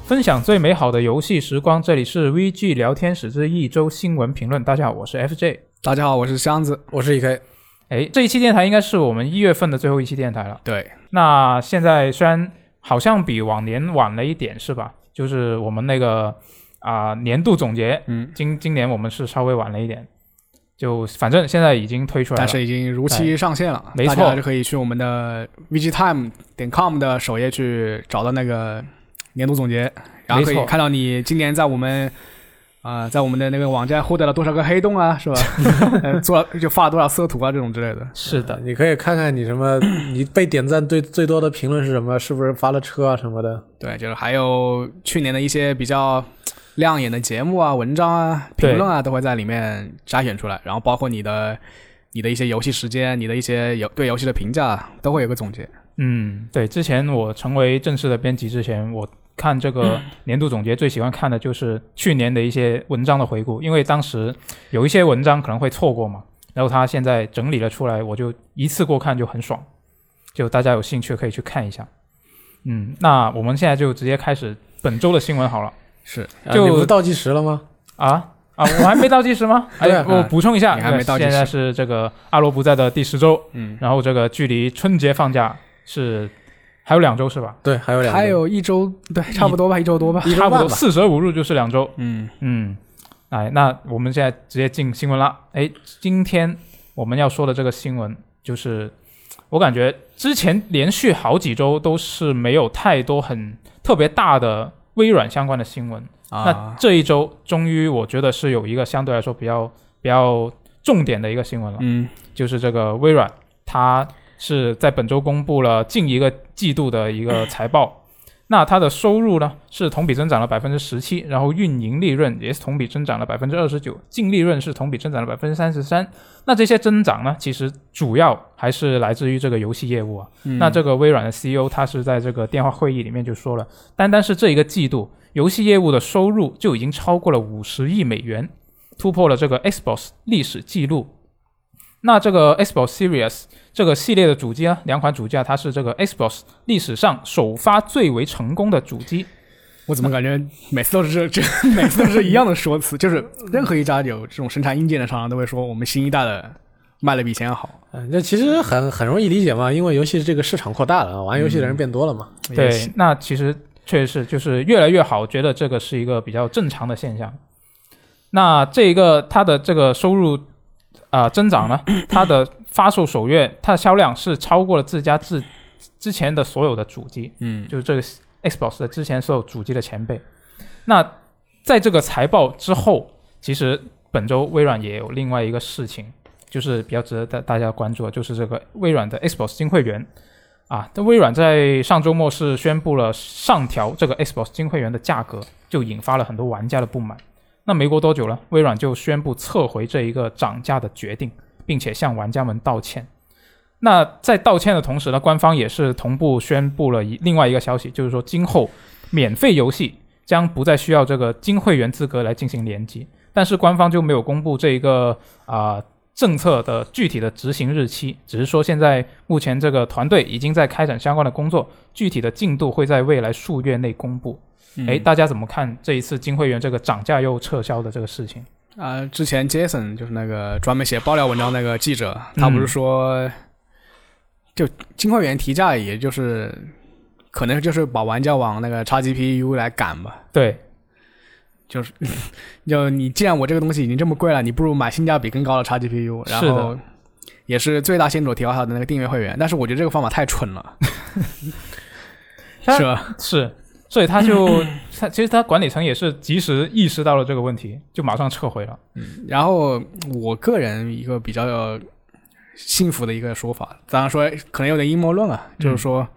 分享最美好的游戏时光，这里是 VG 聊天室之一周新闻评论。大家好，我是 FJ。 大家好，我是箱子， 我是 EK。 这一期电台应该是我们1月份的最后一期电台了。 对， 那现在虽然好像比往年晚了一点，是吧？就是我们那个年度总结，今年我们是稍微晚了一点。就反正现在已经推出来了， 但是已经如期上线了， 没错， 大家就可以去我们的 VGTime.com 的首页去找到那个年度总结，然后可以看到你今年在我们在我们的那个网站获得了多少个黑洞啊，是吧？就发了多少色图啊，这种之类的。 是的， 你可以看看你什么，你被点赞最多的评论是什么，是不是发了车啊什么的。 对，就是还有去年的一些比较亮眼的节目啊、文章啊、评论啊，都会在里面摘选出来，然后包括你的一些游戏时间，你的一些对游戏的评价，都会有个总结。 对，之前我成为正式的编辑之前，我看这个年度总结最喜欢看的就是去年的一些文章的回顾，因为当时有一些文章可能会错过嘛，然后他现在整理了出来，我就一次过看就很爽，就大家有兴趣可以去看一下。那我们现在就直接开始本周的新闻好了。 是， 就你不是倒计时了吗？ 我还没倒计时吗？我补充一下， 你还没倒计时。 现在是这个阿罗不在的第10周，然后这个距离春节放假是还有2周是吧？ 对，还有2周， 还有1周，对，差不多吧，1周多吧， 差不多45日就是2周。那我们现在直接进新闻了。今天我们要说的这个新闻就是，我感觉之前连续好几周都是没有太多很特别大的微软相关的新闻。那这一周终于我觉得是有一个相对来说比较重点的一个新闻了。就是这个微软它是在本周公布了近一个季度的一个财报。那它的收入呢是同比增长了 17%， 然后运营利润也是同比增长了 29%， 净利润是同比增长了 33%。 那这些增长呢其实主要还是来自于这个游戏业务啊。那这个微软的 CEO 他是在这个电话会议里面就说了，单单是这一个季度游戏业务的收入就已经超过了50亿美元，突破了这个 Xbox 历史记录。那这个 Xbox Series 这个系列的主机2款主机它是这个 Xbox 历史上首发最为成功的主机。 我怎么感觉每次都是一样的说辞，就是任何一家有这种生产硬件的厂商都会说我们新一代的卖的比以前好。 这其实很容易理解嘛，因为游戏这个市场扩大了，玩游戏的人变多了嘛。 对，那其实确实是就是越来越好，觉得这个是一个比较正常的现象。那这一个它的这个收入增长呢，它的发售首月它的销量是超过了自家之前的所有的主机，就是这个 Xbox 的之前所有主机的前辈。那在这个财报之后，其实本周微软也有另外一个事情，就是比较值得大家关注的，就是这个微软的 Xbox 金会员但微软在上周末是宣布了上调这个 Xbox 金会员的价格，就引发了很多玩家的不满。那没过多久了，微软就宣布撤回这一个涨价的决定，并且向玩家们道歉。那在道歉的同时呢，官方也是同步宣布了另外一个消息，就是说今后免费游戏将不再需要这个金会员资格来进行联机，但是官方就没有公布这一个政策的具体的执行日期，只是说现在目前这个团队已经在开展相关的工作，具体的进度会在未来数月内公布。大家怎么看这一次金会员这个涨价又撤销的这个事情？ 之前 Jason 就是那个专门写爆料文章那个记者，他不是说，就金会员提价，也就是可能就是把玩家往那个 XGPU 来赶吧。 对， 就是就你既然我这个东西已经这么贵了，你不如买性价比更高的 XGPU， 然后也是最大限度提高它的那个订阅会员。但是我觉得这个方法太蠢了，是吧？ 是。所以其实他管理层也是及时意识到了这个问题，就马上撤回了。 然后我个人一个比较幸福的一个说法，当然说可能有点阴谋论就是说，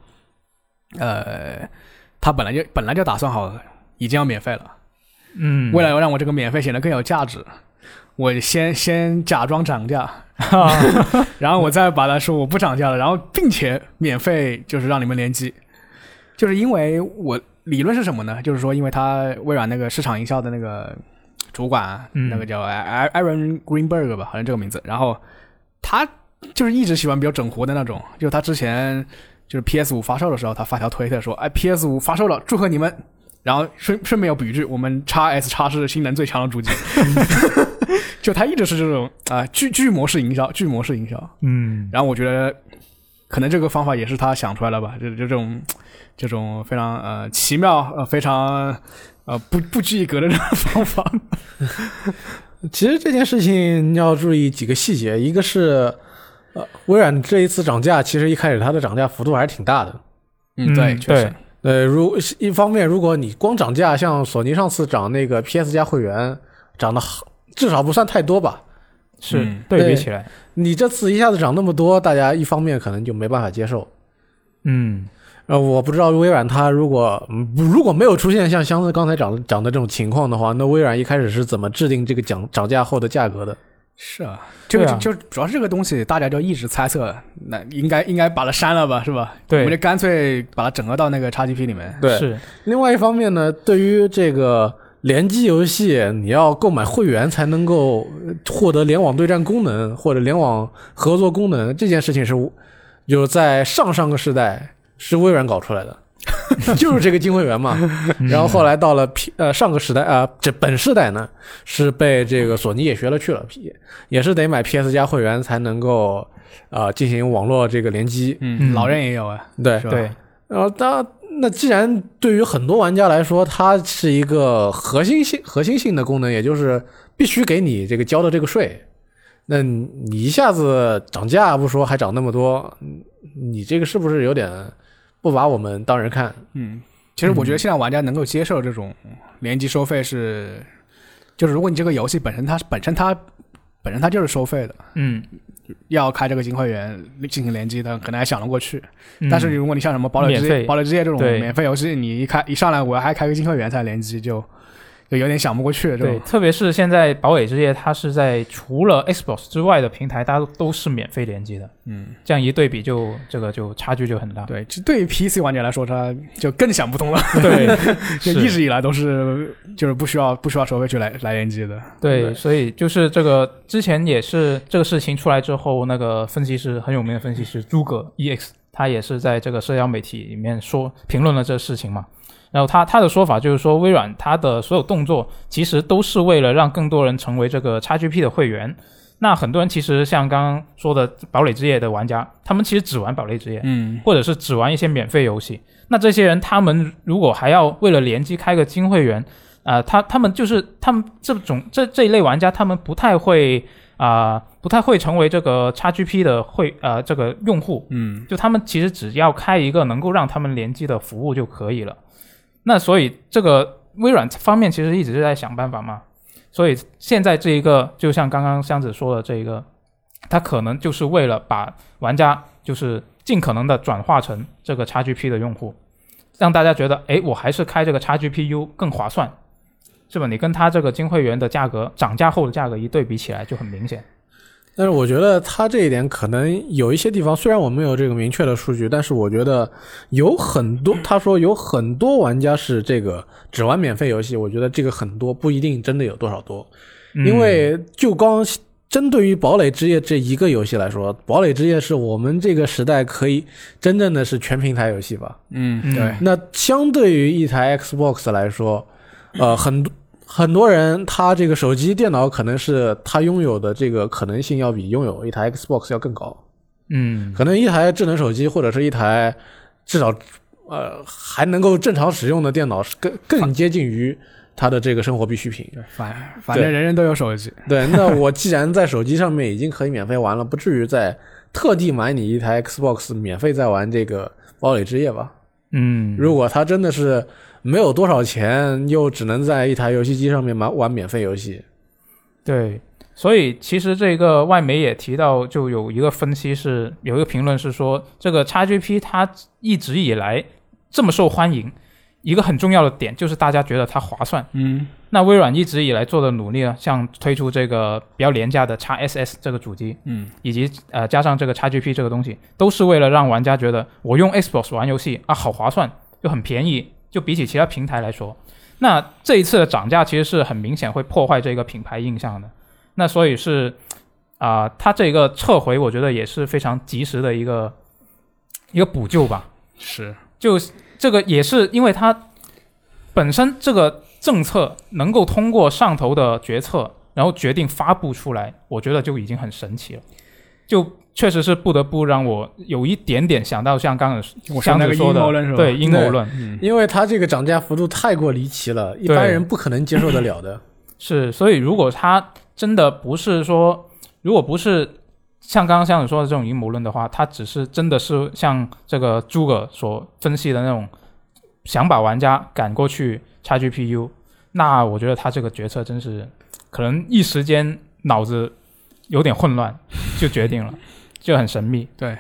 他本来就打算好已经要免费了，为了让我这个免费显得更有价值，我先假装涨价，然后我再把它说我不涨价了，然后并且免费就是让你们联机，就是因为我。理论是什么呢？就是说，因为他微软那个市场营销的那个主管，那个叫 Aaron Greenberg 吧，好像这个名字。然后他就是一直喜欢比较整活的那种，就他之前就是 PS5 发售的时候，他发条推特说：“PS5 发售了，祝贺你们！ 然后顺便有笔句，我们 XS 是性能最强的主机，就它一直是这种巨模式营销，然后我觉得可能这个方法也是他想出来了吧，就这种非常奇妙非常不拘一格的这种方法。 其实这件事情要注意几个细节，一个是微软这一次涨价，其实一开始它的涨价幅度还是挺大的。 对，确实。 一方面，如果你光涨价，像索尼上次涨那个 PS 加会员，涨的至少不算太多吧？ 是，对比起来， 你这次一下子涨那么多，大家一方面可能就没办法接受。我不知道微软它如果没有出现像箱子刚才讲的这种情况的话，那微软一开始是怎么制定这个涨价后的价格的？ 是啊，就主要是这个东西，大家就一直猜测，那应该把它删了吧，是吧？ 对， 我们就干脆把它整合到那个 XGP 里面。 对， 是。 另外一方面呢，对于这个联机游戏，你要购买会员才能够获得联网对战功能或者联网合作功能，这件事情就是在上个世代是微软搞出来的。就是这个金会员嘛，然后后来到了上个时代这本世代呢是被这个索尼也学了去了，也是得买 PS 加会员才能够进行网络这个联机。 老任也有啊。 对对。 然后那既然对于很多玩家来说，它是一个核心性的功能，也就是必须给你这个交的这个税，那你一下子涨价不说，还涨那么多，你这个是不是有点不把我们当人看？ 其实我觉得现在玩家能够接受这种联机收费就是如果你这个游戏本身它就是收费的，要开这个金会员进行联机的，可能还想得过去。但是如果你像什么堡垒之夜这种免费游戏，你一上来我还开个金会员才联机，就有点想不过去。 对，特别是现在堡垒之夜，它是在除了 Xbox 之外的平台，它都是免费联机的。这样一对比这个差距就很大。 对，对于 PC 玩家来说，他就更想不通了。 对， 就一直以来都是就是不需要收费去来联机的。 对，所以就是这个之前也是这个事情出来之后，那个分析师很有名的分析师诸葛 EX， 他也是在这个社交媒体里面评论了这个事情嘛。然后他的说法就是说，微软它的所有动作其实都是为了让更多人成为这个 XGP 的会员。那很多人其实像刚刚说的堡垒之夜的玩家，他们其实只玩堡垒之夜，或者是只玩一些免费游戏。那这些人他们如果还要为了联机开个金会员，他们这一类玩家，他们不太会成为这个 XGP 的这个用户，就他们其实只要开一个能够让他们联机的服务就可以了。那所以这个微软方面其实一直是在想办法嘛，所以现在这一个就像刚刚箱子说的这一个，它可能就是为了把玩家就是尽可能的转化成这个 XGP 的用户，让大家觉得我还是开这个 XGPU 更划算，是吧？你跟它这个金会员的价格涨价后的价格一对比起来就很明显。 但是我觉得他这一点可能有一些地方，虽然我没有这个明确的数据，但是我觉得他说有很多玩家是这个只玩免费游戏，我觉得这个很多不一定真的有多少多，因为就光针对于堡垒之夜这一个游戏来说，堡垒之夜是我们这个时代可以真正的是全平台游戏吧。 对。 那相对于一台 Xbox 来说，很多人他这个手机电脑可能是他拥有的这个可能性要比拥有一台 Xbox 要更高。可能一台智能手机或者是一台至少还能够正常使用的电脑是更接近于他的这个生活必需品。 反正人人都有手机。 对，那我既然在手机上面已经可以免费玩了，不至于再特地买你一台 Xbox 免费再玩这个堡垒之夜吧。如果他真的是没有多少钱，又只能在一台游戏机上面玩免费游戏。 对，所以其实这个外媒也提到，就有一个分析是有一个评论是说，这个 XGP 它一直以来这么受欢迎，一个很重要的点就是大家觉得它划算。那微软一直以来做的努力呢，像推出这个比较廉价的 XSS 这个主机，以及加上这个 XGP 这个东西，都是为了让玩家觉得我用 Xbox 玩游戏好划算，就很便宜。就比起其他平台来说，那这一次的涨价其实是很明显会破坏这个品牌印象的。那所以是它这个撤回，我觉得也是非常及时的一个补救吧。 是， 就这个也是因为它本身这个政策能够通过上头的决策，然后决定发布出来，我觉得就已经很神奇了。就确实是不得不让我有一点点想到像刚才箱子说的，对阴谋论， 因为它这个涨价幅度太过离奇了，一般人不可能接受得了的。 是，所以如果他真的不是说，如果不是像刚刚箱子说的这种阴谋论的话，他只是真的是像这个诸葛所分析的那种，想把玩家赶过去 XGPU， 那我觉得他这个决策真是可能一时间脑子有点混乱就决定了，就很神秘。 对，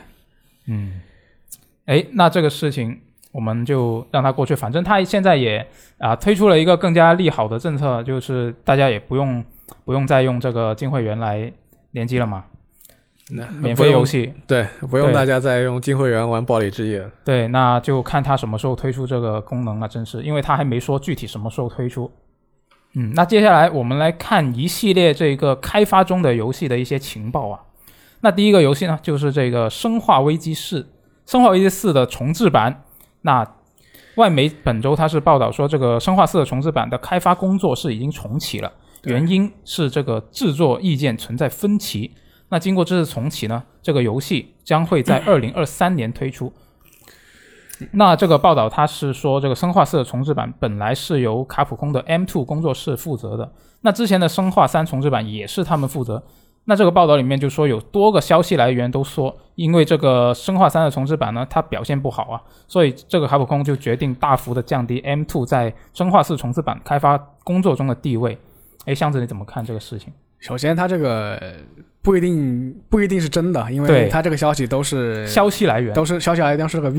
那这个事情我们就让它过去，反正他现在也推出了一个更加利好的政策，就是大家也不用再用这个金会员来联机了嘛，免费游戏， 对，不用大家再用金会员玩堡垒之夜。 对，那就看他什么时候推出这个功能了，真是，因为他还没说具体什么时候推出。那接下来我们来看一系列这个开发中的游戏的一些情报啊。那第一个游戏呢，就是这个《生化危机4》，《生化危机4》的重制版。那外媒本周它是报道说，这个《生化4》的重制版的开发工作是已经重启了，原因是这个制作意见存在分歧。那经过这次重启呢，这个游戏将会在2023年推出。那这个报道它是说，这个生化4的重制版本来是由卡普空的 M2 工作室负责的，那之前的生化3重制版也是他们负责。那这个报道里面就说，有多个消息来源都说，因为这个生化3的重制版呢，它表现不好啊，所以这个卡普空就决定大幅的降低 M2 在生化4重制版开发工作中的地位。箱子你怎么看这个事情？ 首先它这个不一定是真的，因为它这个消息都是消息来源， 都是消息来源，是个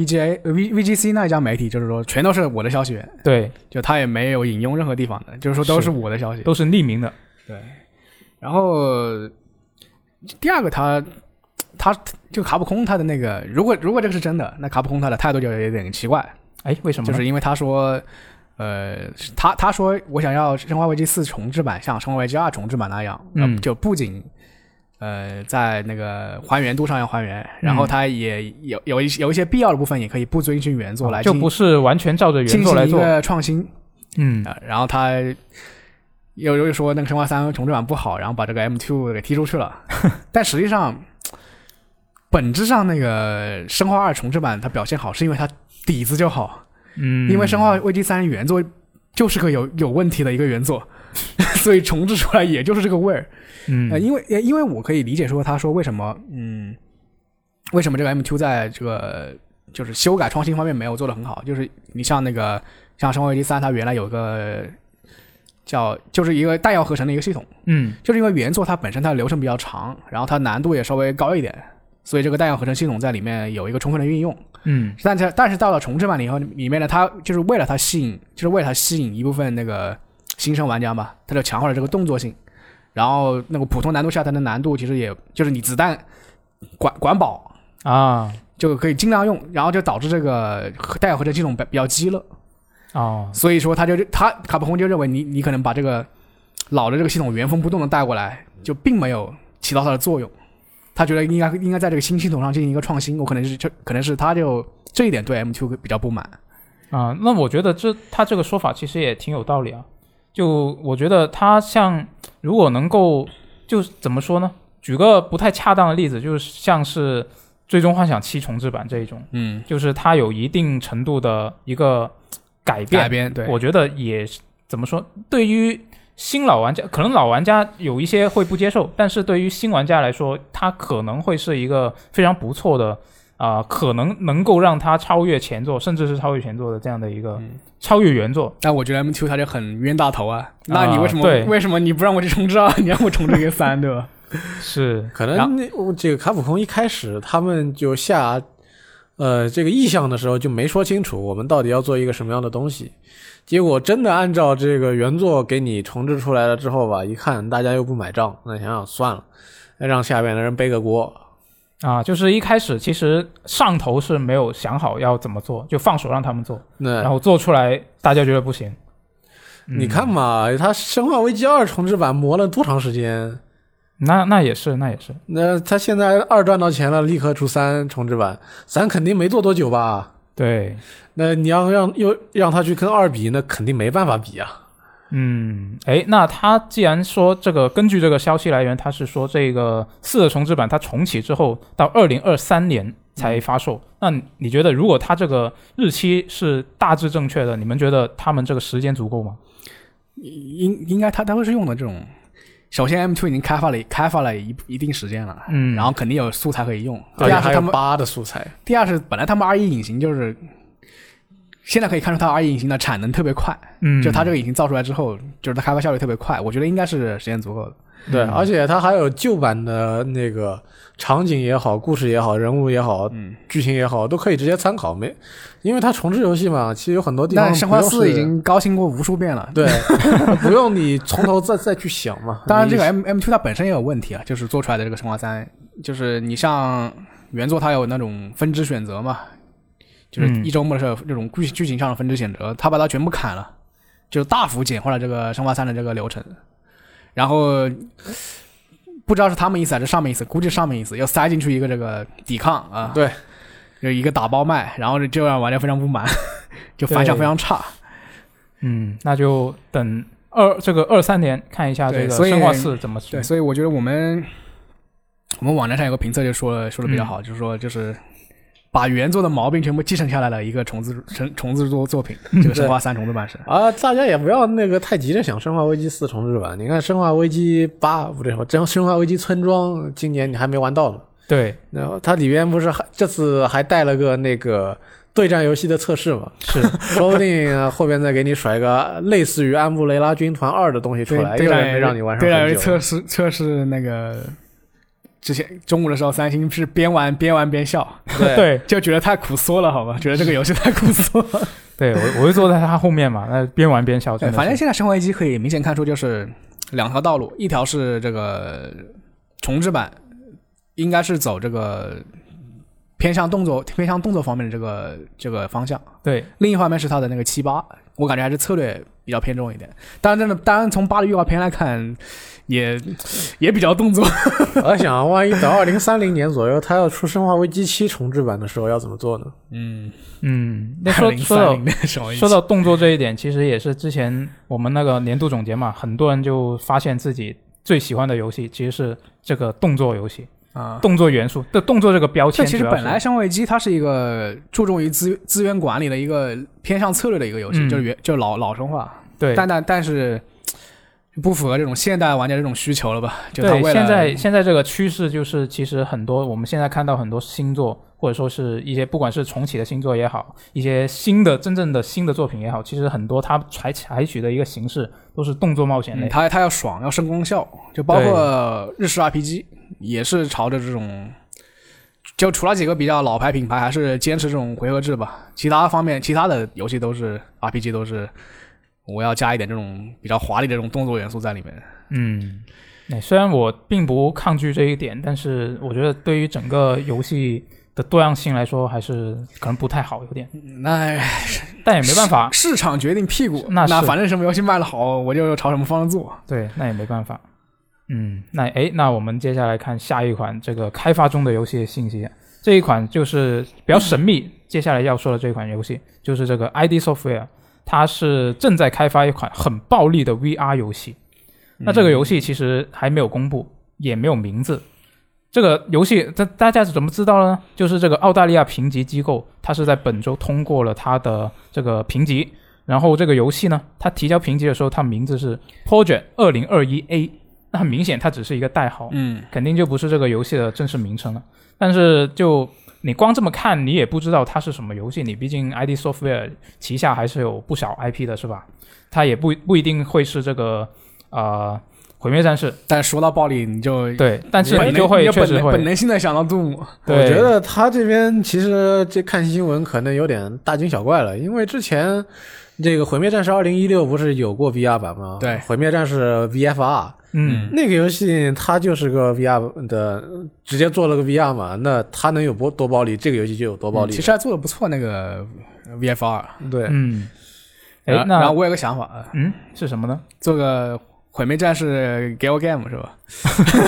VGC 那一家媒体，就是说全都是我的消息源。 对， 就他也没有引用任何地方的，就是说都是我的消息， 都是匿名的。 对，然后第二个他就卡普空他的那个，如果这个是真的，那卡普空他的态度就有点奇怪。 为什么呢？ 就是因为他说他说我想要生化危机4重制版像生化危机2重制版那样，就不仅在那个还原度上要还原，然后它也有一些必要的部分也可以不遵循原作来就不是完全照着原作来做， 进行一个创新。然后他又说那个生化3重制版不好，然后把这个 M2 给踢出去了。但实际上本质上那个生化2重制版它表现好是因为它底子就好。因为生化危机3原作就是个有问题的一个原作，所以重置出来也就是这个味儿。因为我可以理解说他说为什么这个 M2 在这个就是修改创新方面没有做得很好，就是你像像生化危机3它原来有个就是一个弹药合成的一个系统，就是因为原作它本身它的流程比较长，然后它难度也稍微高一点，所以这个弹药合成系统在里面有一个充分的运用。但是到了重制版以后，里面呢，它就是为了它吸引一部分那个新生玩家嘛，它就强化了这个动作性，然后那个普通难度下它的难度其实也就是你子弹管饱就可以尽量用，然后就导致这个弹药合成系统比较鸡肋。所以说他卡普空就认为你可能把这个老的这个系统原封不动的带过来，就并没有起到它的作用。他觉得应该在这个新系统上进行一个创新，可能是他就这一点对 M2 比较不满那我觉得他这个说法其实也挺有道理啊。就我觉得他像如果能够就怎么说呢？举个不太恰当的例子，就是像是最终幻想7重制版这一种，就是它有一定程度的一个改变，对，我觉得也怎么说，对于新老玩家，可能老玩家有一些会不接受，但是对于新玩家来说，它可能会是一个非常不错的可能够让它超越前作，甚至是超越前作的这样的一个超越原作。 但我觉得 M2 它就很冤大头啊，那你为什么你不让我去重置啊？你让我重置一个3，对吧？ 是，可能这个卡普空一开始他们就下这个意向的时候就没说清楚我们到底要做一个什么样的东西，结果真的按照这个原作给你重置出来了之后吧，一看大家又不买账，那想想算了，让下边的人背个锅就是一开始其实上头是没有想好要怎么做，就放手让他们做，然后做出来大家觉得不行。 你看嘛，他生化危机2重置版磨了多长时间？ 那也是。那他现在2赚到钱了，立刻出3重置版，3肯定没做多久吧？ 对， 那你要让他去跟2比，那肯定没办法比啊。 那他既然说这个，根据这个消息来源，他是说这个4的重置版它重启之后到2023年才发售。那你觉得如果它这个日期是大致正确的，你们觉得他们这个时间足够吗？ 应该他会是用的这种，首先 M2 已经开发了一定时间了，然后肯定有素材可以用。第二是他们 8的素材， 第二是本来他们2.1引擎就是现在可以看出它2.1引擎的产能特别快，就它这个引擎造出来之后，就是它开发效率特别快，我觉得应该是时间足够的。 对，而且它还有旧版的那个场景也好，故事也好，人物也好，剧情也好，都可以直接参考。因为它重置游戏嘛，其实有很多地方。 但生化4已经高兴过无数遍了， 对，不用你从头再去想嘛。 当然，这个 M2 它本身也有问题啊，就是做出来的这个生化3，就是你像原作它有那种分支选择嘛，就是一周末的时候这种剧情上的分支选择，它把它全部砍了，就大幅简化了这个生化3的这个流程。然后不知道是他们意思还是上面意思，估计上面意思要塞进去一个这个抵抗啊， 对， 有一个打包卖，然后就让玩家非常不满，就反响非常差。 那就等23年看一下这个生化4怎么对，所以我觉得我们网站上有个评测就说的比较好，就是说就是把原作的毛病全部继承下来了一个重制作品，这个生化3重制版是啊，大家也不要那个太急着想生化危机4重置版。你看生化危机8不对，生化危机村庄今年你还没玩到呢。 对， 然后它里边不是这次还带了个那个对战游戏的测试嘛？ 是， 说不定后边再给你甩个类似于安布雷拉军团2的东西出来，又没让你玩上很久。 对战测试那个。之前中午的时候，三星是边玩边笑， 对， 就觉得太苦缩了，好吧？觉得这个游戏太苦缩了。 对，我会坐在他后面嘛，那边玩边笑。 对，反正现在生化危机可以明显看出就是2条道路，一条是这个重置版，应该是走这个偏向动作方面的这个方向。 对， 另一方面是它的那个7-8，我感觉还是策略比较偏重一点。当然从8的预告片来看。也比较动作。 我想，万一到2030年左右，他要出《生化危机7》重置版的时候，要怎么做呢？ 那说到动作这一点，其实也是之前我们那个年度总结嘛，很多人就发现自己最喜欢的游戏其实是这个动作游戏啊，动作元素的动作这个标签。 其实本来《生化危机》它是一个注重于资源管理的一个偏向策略的一个游戏，就是老生化。 对， 但是。不符合这种现代玩家这种需求了吧？就他对，现在这个趋势就是，其实很多我们现在看到很多新作，或者说是一些不管是重启的新作也好，一些真正的新的作品也好，其实很多它采取的一个形式都是动作冒险类。 它要爽，要声光效，就包括日式 RPG 也是朝着这种，就除了几个比较老牌品牌还是坚持这种回合制吧，其他的游戏都是 RPG 都是。我要加一点这种比较华丽的这种动作元素在里面。 虽然我并不抗拒这一点，但是我觉得对于整个游戏的多样性来说，还是可能不太好，有点。但也没办法， 市场决定屁股。那反正什么游戏卖得好，我就朝什么方向做。 对，那也没办法。那我们接下来看下一款这个开发中的游戏的信息。这一款就是比较神秘，接下来要说的这款游戏就是这个 ID Software。它是正在开发一款很暴力的 VR 游戏，那这个游戏其实还没有公布，也没有名字。这个游戏大家是怎么知道呢？就是这个澳大利亚评级机构，它是在本周通过了它的这个评级，然后这个游戏呢，它提交评级的时候，它名字是 Project 2021A， 那很明显它只是一个代号，肯定就不是这个游戏的正式名称了。但是就你光这么看，你也不知道它是什么游戏。你毕竟 ID Software 旗下还是有不少 IP 的，是吧？它也不一定会是这个毁灭战士。 但说到暴力，你就对，但是你就会确实会本能性的想到杜姆。 我觉得他这边其实这看新闻可能有点大惊小怪了，因为之前这个毁灭战士2016不是有过 VR 版吗？ 对， 毁灭战士 VFR。那个游戏它就是个 VR 的，直接做了个 VR 嘛，那它能有多暴力，这个游戏就有多暴力。 其实还做的不错，那个 VFR。 对， 然后我有个想法， 是什么呢？ 做个毁灭战士 Gal Game 是吧？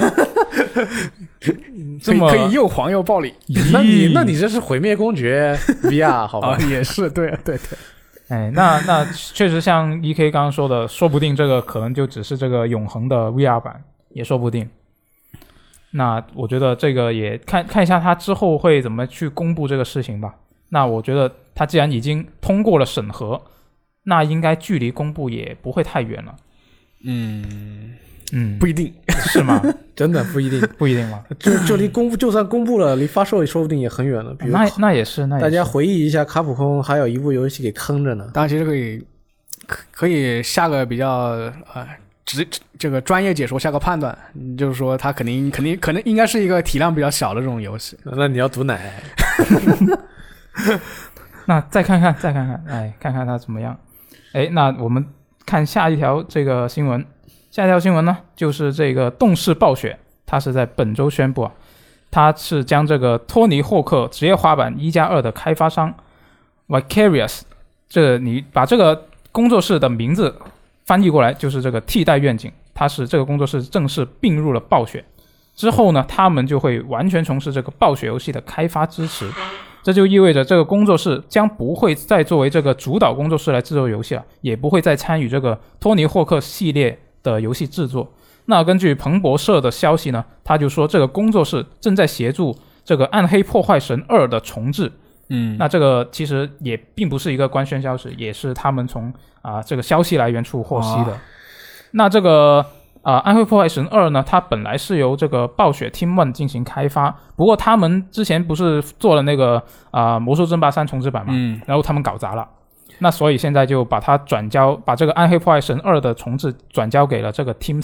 这么可以又黄又暴力。 那你这是毁灭公爵 VR 好吧？ 也是，对。 哎，那确实像 EK 刚刚说的，说不定这个可能就只是这个永恒的 VR 版，也说不定。那我觉得这个也看一下他之后会怎么去公布这个事情吧。那我觉得他既然已经通过了审核，那应该距离公布也不会太远了。 不一定是吗？ 真的不一定， 不一定吗？ 就离公布，就算公布了，离发售也说不定也很远了。比如那也是， 大家回忆一下，卡普空还有一部游戏给坑着呢。 当然，其实可以下个比较这个专业解说下个判断，就是说它可能应该是一个体量比较小的这种游戏。 那你要毒奶。 那再看看，哎，看看它怎么样。哎，那我们看下一条这个新闻。下一条新闻呢，就是这个动视暴雪，它是在本周宣布啊，它是将这个托尼霍克职业滑板1+2的开发商 Vicarious， 你把这个工作室的名字翻译过来就是这个替代愿景，它是这个工作室正式并入了暴雪之后呢，他们就会完全从事这个暴雪游戏的开发支持。这就意味着这个工作室将不会再作为这个主导工作室来制作游戏了，也不会再参与这个托尼霍克系列的游戏制作。那根据彭博社的消息呢，他就说这个工作室正在协助这个《暗黑破坏神2》的重制。那这个其实也并不是一个官宣消息，也是他们从这个消息来源处获悉的。那这个暗黑破坏神2呢，它本来是由这个暴雪 Team One 进行开发，不过他们之前不是做了那个魔兽争霸3重制版嘛，然后他们搞砸了。那所以现在就把这个《暗黑破坏神2》的重置转交给了这个 Team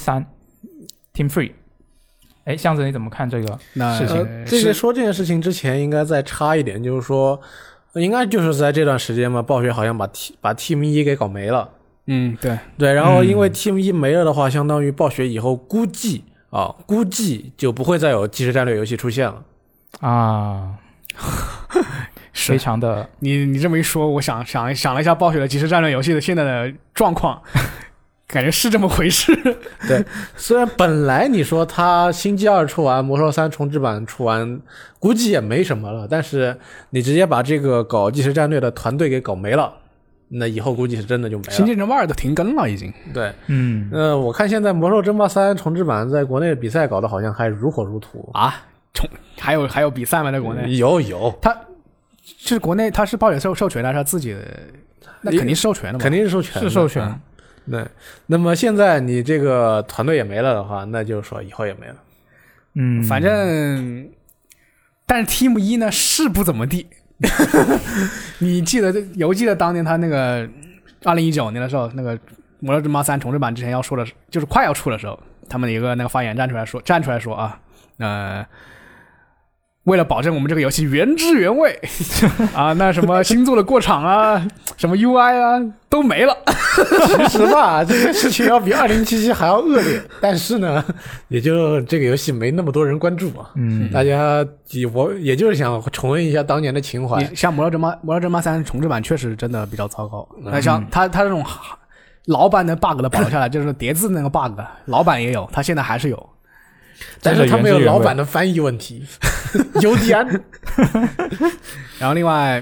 3 Team 3。哎，箱子你怎么看这个事情？ 这个说这件事情之前应该再插一点，就是说，应该就是在这段时间嘛，暴雪好像把 Team 1给搞没了。对，然后因为 Team 1没了的话，相当于暴雪以后估计就不会再有即时战略游戏出现了啊。非常的， 你这么一说，我想了一下暴雪的即时战略游戏的现在的状况，感觉是这么回事。 对，虽然本来你说他星际2出完，魔兽3重置版出完，估计也没什么了，但是你直接把这个搞即时战略的团队给搞没了，那以后估计是真的就没了。 星际争霸2都停更了已经。 对，我看现在魔兽争霸3重置版在国内的比赛搞得好像还如火如荼啊。还有比赛吗？在国内有， 他是国内他是暴雪授权的，他自己的，那肯定是授权的嘛， 肯定是授权的， 是授权。 对，那么现在你这个团队也没了的话，那就是说以后也没了。 反正，但是 Team 1呢是不怎么地。你记得当年他那个2019年的时候，那个《魔兽争霸3》重置版之前要说的，就是快要出的时候，他们的一个那个发言站出来说啊，为了保证我们这个游戏原汁原味啊，那什么星座的过场啊，什么 UI 啊都没了。 其实吧，这个事情要比2077还要恶劣，但是呢，也就这个游戏没那么多人关注啊。大家我也就是想重温一下当年的情怀。 像魔兽争霸3重置版确实真的比较糟糕。像他这种老版的 bug 的保留下来，就是叠字那个 bug， 老版也有，他现在还是有。 但是他没有老版的翻译问题，有点。 然后另外，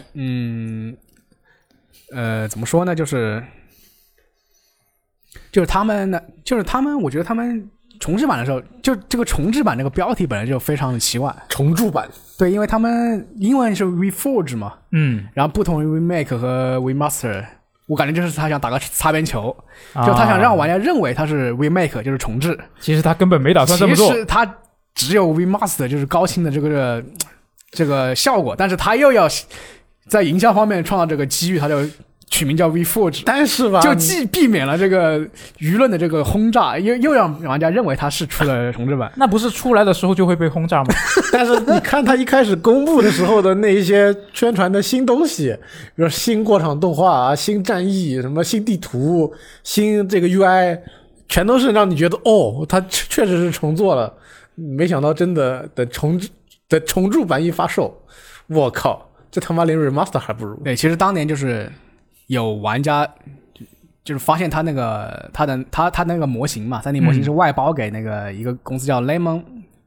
怎么说呢？就是他们呢，我觉得他们重置版的时候，就这个重置版这个标题本来就非常的奇怪。 重铸版， 对，因为他们英文是 Reforge 嘛，然后不同于 Remake 和 Remaster。我感觉就是他想打个擦边球，就他想让玩家认为他是 remake， 就是重置， 其实他根本没打算这么做。 其实他只有 remaster， 就是高清的这个效果，但是他又要在营销方面创造这个机遇，他就取名叫 Reforge。 但是吧， 就既避免了这个舆论的这个轰炸，又让玩家认为他是出了重置版。 那不是出来的时候就会被轰炸吗？ 但是你看他一开始公布的时候的那一些宣传的新东西，比如新过场动画啊、新战役、什么新地图、新这个 UI， 全都是让你觉得它确实是重做了。没想到真的重铸版一发售，我靠，这他妈连 remaster 还不如。 对，其实当年就是有玩家就是发现他那个模型嘛，3D 模型是外包给那个一个公司叫 Lemon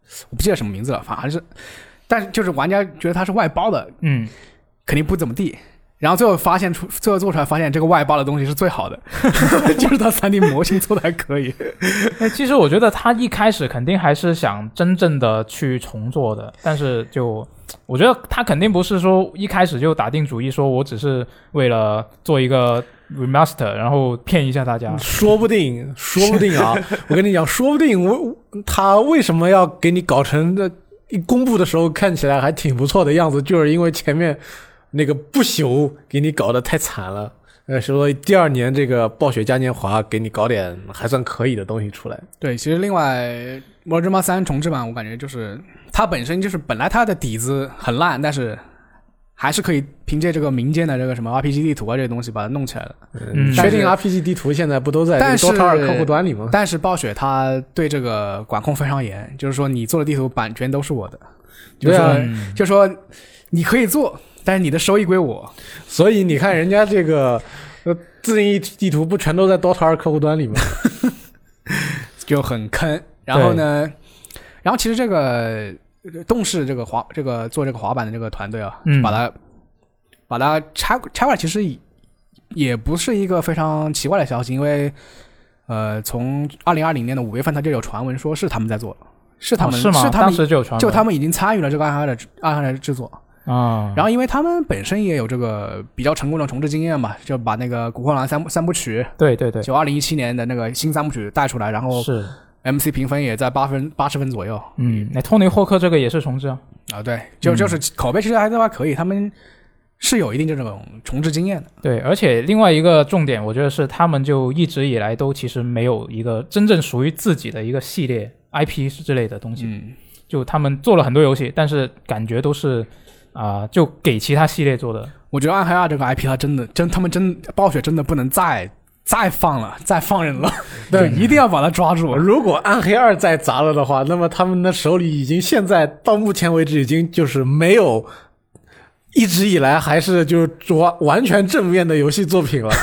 我不记得什么名字了，反正是，但是就是玩家觉得它是外包的，肯定不怎么地。然后最后做出来发现这个外包的东西是最好的，就是它 3D 模型做的还可以。 其实我觉得他一开始肯定还是想真正的去重做的，但是我觉得他肯定不是说一开始就打定主意说我只是为了做一个 remaster 然后骗一下大家。 说不定啊，我跟你讲，说不定他为什么要给你搞成的，一公布的时候看起来还挺不错的样子，就是因为前面那个不朽给你搞得太惨了，所以第2年这个暴雪嘉年华给你搞点还算可以的东西出来。 对，其实另外《魔兽争霸3》重置版，我感觉就是它本身就是本来它的底子很烂，但是还是可以凭借这个民间的这个什么 RPG 地图啊这些东西把它弄起来了。 确定 RPG 地图现在不都在 Dota 2客户端里吗？ 但是暴雪它对这个管控非常严，就是说你做的地图版权都是我的，就是说你可以做。但是你的收益归我， 所以你看人家这个自定义地图不全都在 Dota 2客户端里吗？ 就很坑。然后呢，然后其实这个动视这个做这个滑板的这个团队啊，把它拆过来，其实也不是一个非常奇怪的消息，因为从2020年的5月份，它就有传闻说是他们在做了，是他们是吗？当时就有传闻， 就他们已经参与了这个暗黑的制作。然后因为他们本身也有这个比较成功的重置经验嘛，就把那个古惑狼三部曲， 对， 就2017年的那个新3部曲带出来，然后是 MC 评分也在80分左右。 那托尼霍克这个也是重置啊。 对，就是口碑其实还是可以，他们是有一定这种重置经验的。 对，而且另外一个重点，我觉得是他们就一直以来都其实没有一个真正属于自己的一个系列 IP 之类的东西。就他们做了很多游戏，但是感觉都是就给其他系列做的。 我觉得暗黑2这个 IP 它他们暴雪真的不能再放了，再放人了，对，一定要把它抓住。 如果暗黑2再砸了的话，那么他们的手里已经现在到目前为止已经就是没有一直以来还是就是完全正面的游戏作品了。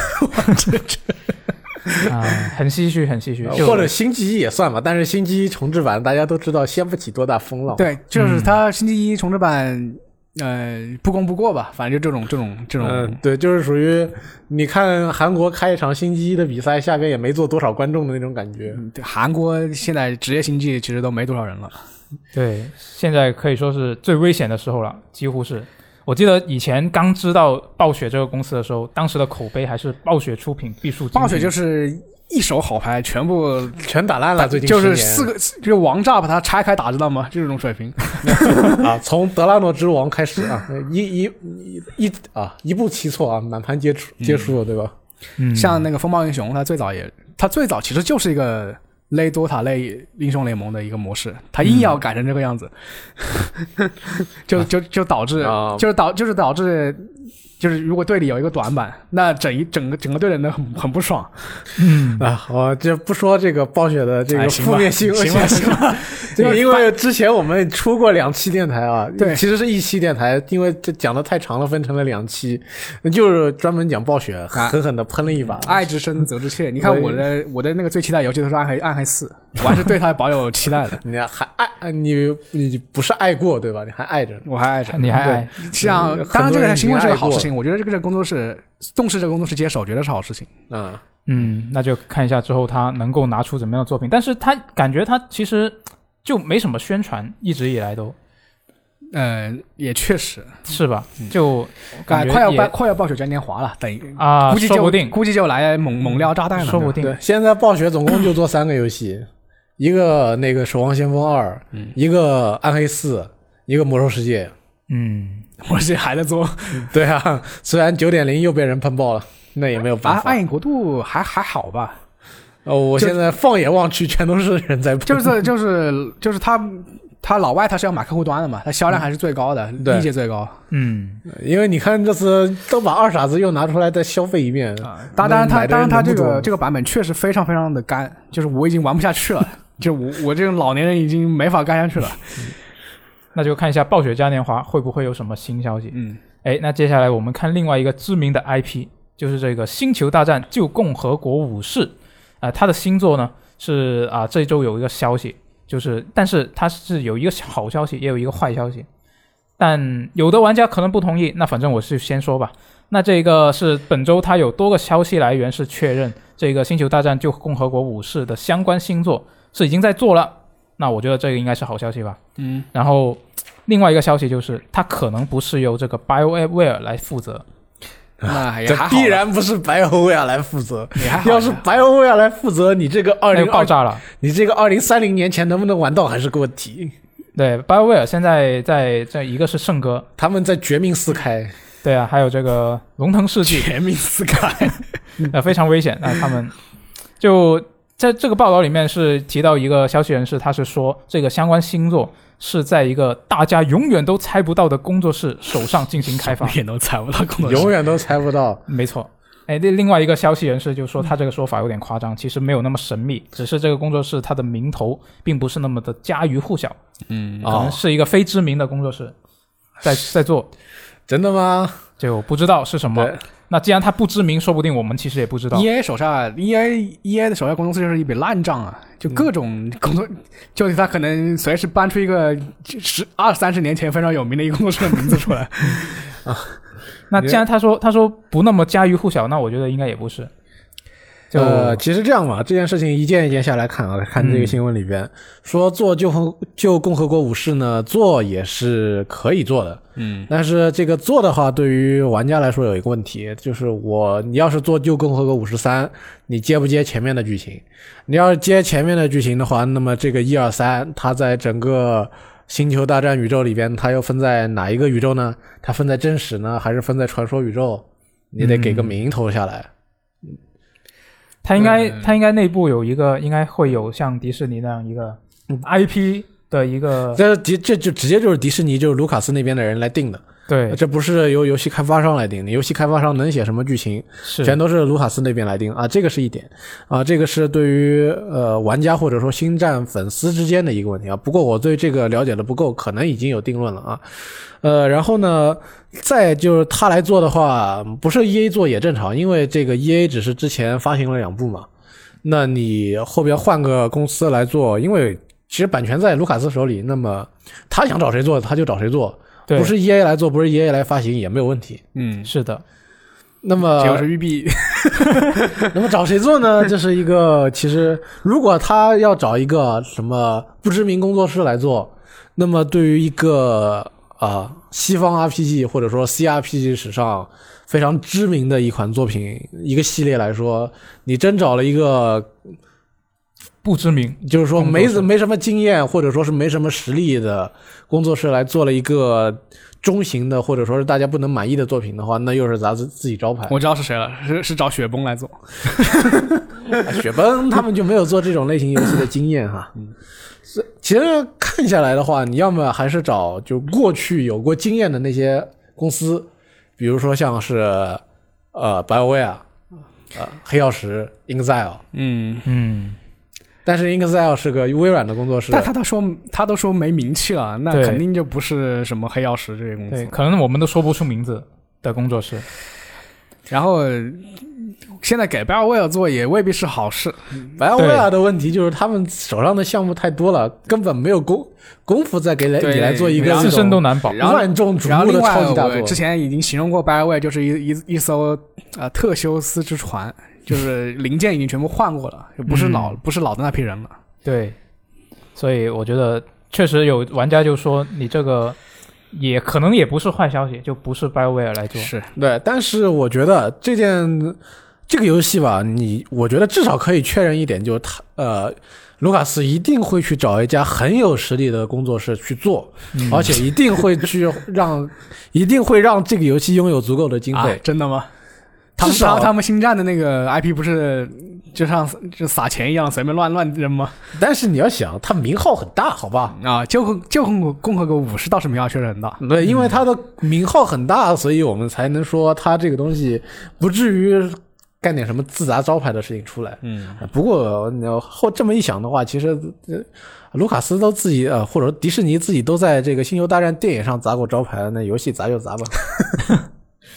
很唏嘘， 或者星际一也算吧，但是星际一重置版大家都知道掀不起多大风浪。 对，就是它星际一重置版。不攻不过吧，反正就这种。 对，就是属于你看韩国开一场星际一的比赛，下边也没坐多少观众的那种感觉。 对，韩国现在职业星际其实都没多少人了。 对，现在可以说是最危险的时候了，几乎是。我记得以前刚知道暴雪这个公司的时候，当时的口碑还是暴雪出品必输。 暴雪就是一手好牌全打烂了，最近就是就是王炸把它拆开打，知道吗？就这种水平从德拉诺之王开始啊，一步棋错啊，满盘皆输了，对吧？ 像那个风暴英雄，它最早其实就是一个类多塔类英雄联盟的一个模式，它硬要改成这个样子，就导致就是如果队里有一个短板，那整个队人都很不爽。 我就不说这个暴雪的这个负面新闻， 行吧。 因为之前我们出过2期电台啊， 对， 其实是1期电台，因为这讲的太长了，分成了2期，就是专门讲暴雪，狠狠的喷了一把。 爱之深责之切，你看我的那个最期待游戏都是暗黑4，我还是对它保有期待的。 你还爱你不是爱过对吧？你还爱着， 我还爱着， 你还爱。 像当然这个新闻是个好事情，我觉得这个工作室动视这个工作室接手，觉得是好事情。 那就看一下之后他能够拿出怎么样的作品，但是他感觉他其实就没什么宣传，一直以来都。 也确实是吧？就快要暴雪嘉年华了，等于估计就来猛料炸弹了， 说不定。 对，现在暴雪总共就做3个游戏，一个那个守望先锋2，一个暗黑4，一个魔兽世界。 魔兽世界还在做。 对啊，虽然9.0又被人喷爆了，那也没有办法。 暗影国度还好吧？ 我现在放眼望去，全都是人在喷。 就是他老外他是要买客户端的嘛，他销量还是最高的，历届最高。 因为你看这次都把二傻子又拿出来再消费一遍。 当然他这个版本确实非常非常的干，就是我已经玩不下去了，就我这种老年人已经没法干下去了。 那就看一下暴雪嘉年华会不会有什么新消息。那接下来我们看另外一个知名的 IP， 就是这个星球大战旧共和国武士。它的新作呢是这一周有一个消息， 但是它是有一个好消息，也有一个坏消息。但有的玩家可能不同意，那反正我是先说吧。那这个是本周它有多个消息来源是确认这个《星球大战：旧共和国武士》的相关新作是已经在做了，那我觉得这个应该是好消息吧。然后另外一个消息就是它可能不是由这个 BioWare 来负责。 那也还好， 这必然不是 BioWare 来负责。要是 BioWare 来负责，你这个爆炸了， 你这个2030年前能不能玩到还是个问题。 对 BioWare 现在在这一个是圣歌， 他们在绝命四开。 对啊，还有这个龙腾世纪绝命四开非常危险。那他们就在这个报道里面是提到一个消息人士，他是说这个相关新作是在一个大家永远都猜不到的工作室手上进行开发。 永远都猜不到工作室， 永远都猜不到。 没错。另外一个消息人士就说他这个说法有点夸张，其实没有那么神秘，只是这个工作室它的名头并不是那么的家喻户晓，可能是一个非知名的工作室在做。 真的吗？ 就不知道是什么。那既然它不知名，说不定我们其实也不知道。 EA 的手下工作室就是一笔烂账啊，就各种工作，就是他可能随时搬出一个20-30年前非常有名的一个工作室的名字出来那既然他说不那么家喻户晓，那我觉得应该也不是。 其实这样嘛，这件事情一件一件下来看啊，看这个新闻里边、说做旧共和国武士呢，做也是可以做的，但是这个做的话，对于玩家来说有一个问题，就是你要是做旧共和国武士3，你接不接前面的剧情？你要是接前面的剧情的话，那么这个1、2、3，它在整个星球大战宇宙里边，它又分在哪一个宇宙呢？它分在真实呢，还是分在传说宇宙？你得给个名头下来。 他应该内部有一个，应该会有像迪士尼那样一个 IP 的一个， 这就直接就是迪士尼，就是卢卡斯那边的人来定的。 对， 这不是由游戏开发商来定的，游戏开发商能写什么剧情，全都是卢卡斯那边来定啊。这个是一点啊，这个是对于玩家或者说星战粉丝之间的一个问题啊。不过我对这个了解的不够，可能已经有定论了啊。然后呢，再就是他来做的话，不是 EA 做也正常，因为这个 EA 只是之前发行了2部嘛，那你后边换个公司来做，因为其实版权在卢卡斯手里，那么他想找谁做他就找谁做。不是 EA 来做，不是 EA 来发行也没有问题。 是的。 那么结果是育碧那么找谁做呢？这是一个，其实如果他要找一个什么不知名工作室来做，那么对于一个西方 RPG 或者说 CRPG 史上非常知名的一款作品一个系列来说，你真找了一个不知名， 就是说没什么经验或者说是没什么实力的工作室来做了一个中型的或者说是大家不能满意的作品的话，那又是砸自己招牌。 我知道是谁了，是找雪崩来做雪崩他们就没有做这种类型游戏的经验哈。其实看下来的话，你要么还是找就过去有过经验的那些公司，比如说像是BioWare 黑曜石 Inxile。但是 Inxile 是个微软的工作室， 但他都说没名气了，那肯定就不是什么黑曜石这些公司。 对，可能我们都说不出名字的工作室。 然后现在给 BioWare 做也未必是好事。 BioWare 的问题就是他们手上的项目太多了，根本没有功夫再给你来做一个自身都难保万众瞩目的超级大作。 之前已经形容过 BioWare 就是一艘特修斯之船。就是零件已经全部换过了，就不是老的那批人了。 对，所以我觉得确实有玩家就说你这个也可能也不是坏消息，就不是 BioWare 来做。 是对，但是我觉得这个游戏吧，我觉得至少可以确认一点，就是卢卡斯一定会去找一家很有实力的工作室去做，而且一定会让这个游戏拥有足够的经费。 真的吗？他们星战的那个 IP 不是就撒钱一样随便乱扔吗？ 但是你要想，他名号很大，好吧？ 旧共和国武士倒是名号确实很大。 对，因为他的名号很大，所以我们才能说他这个东西不至于干点什么自砸招牌的事情出来。不过这么一想的话，其实卢卡斯都自己或者迪士尼自己都在这个星球大战电影上砸过招牌，那游戏砸就砸吧。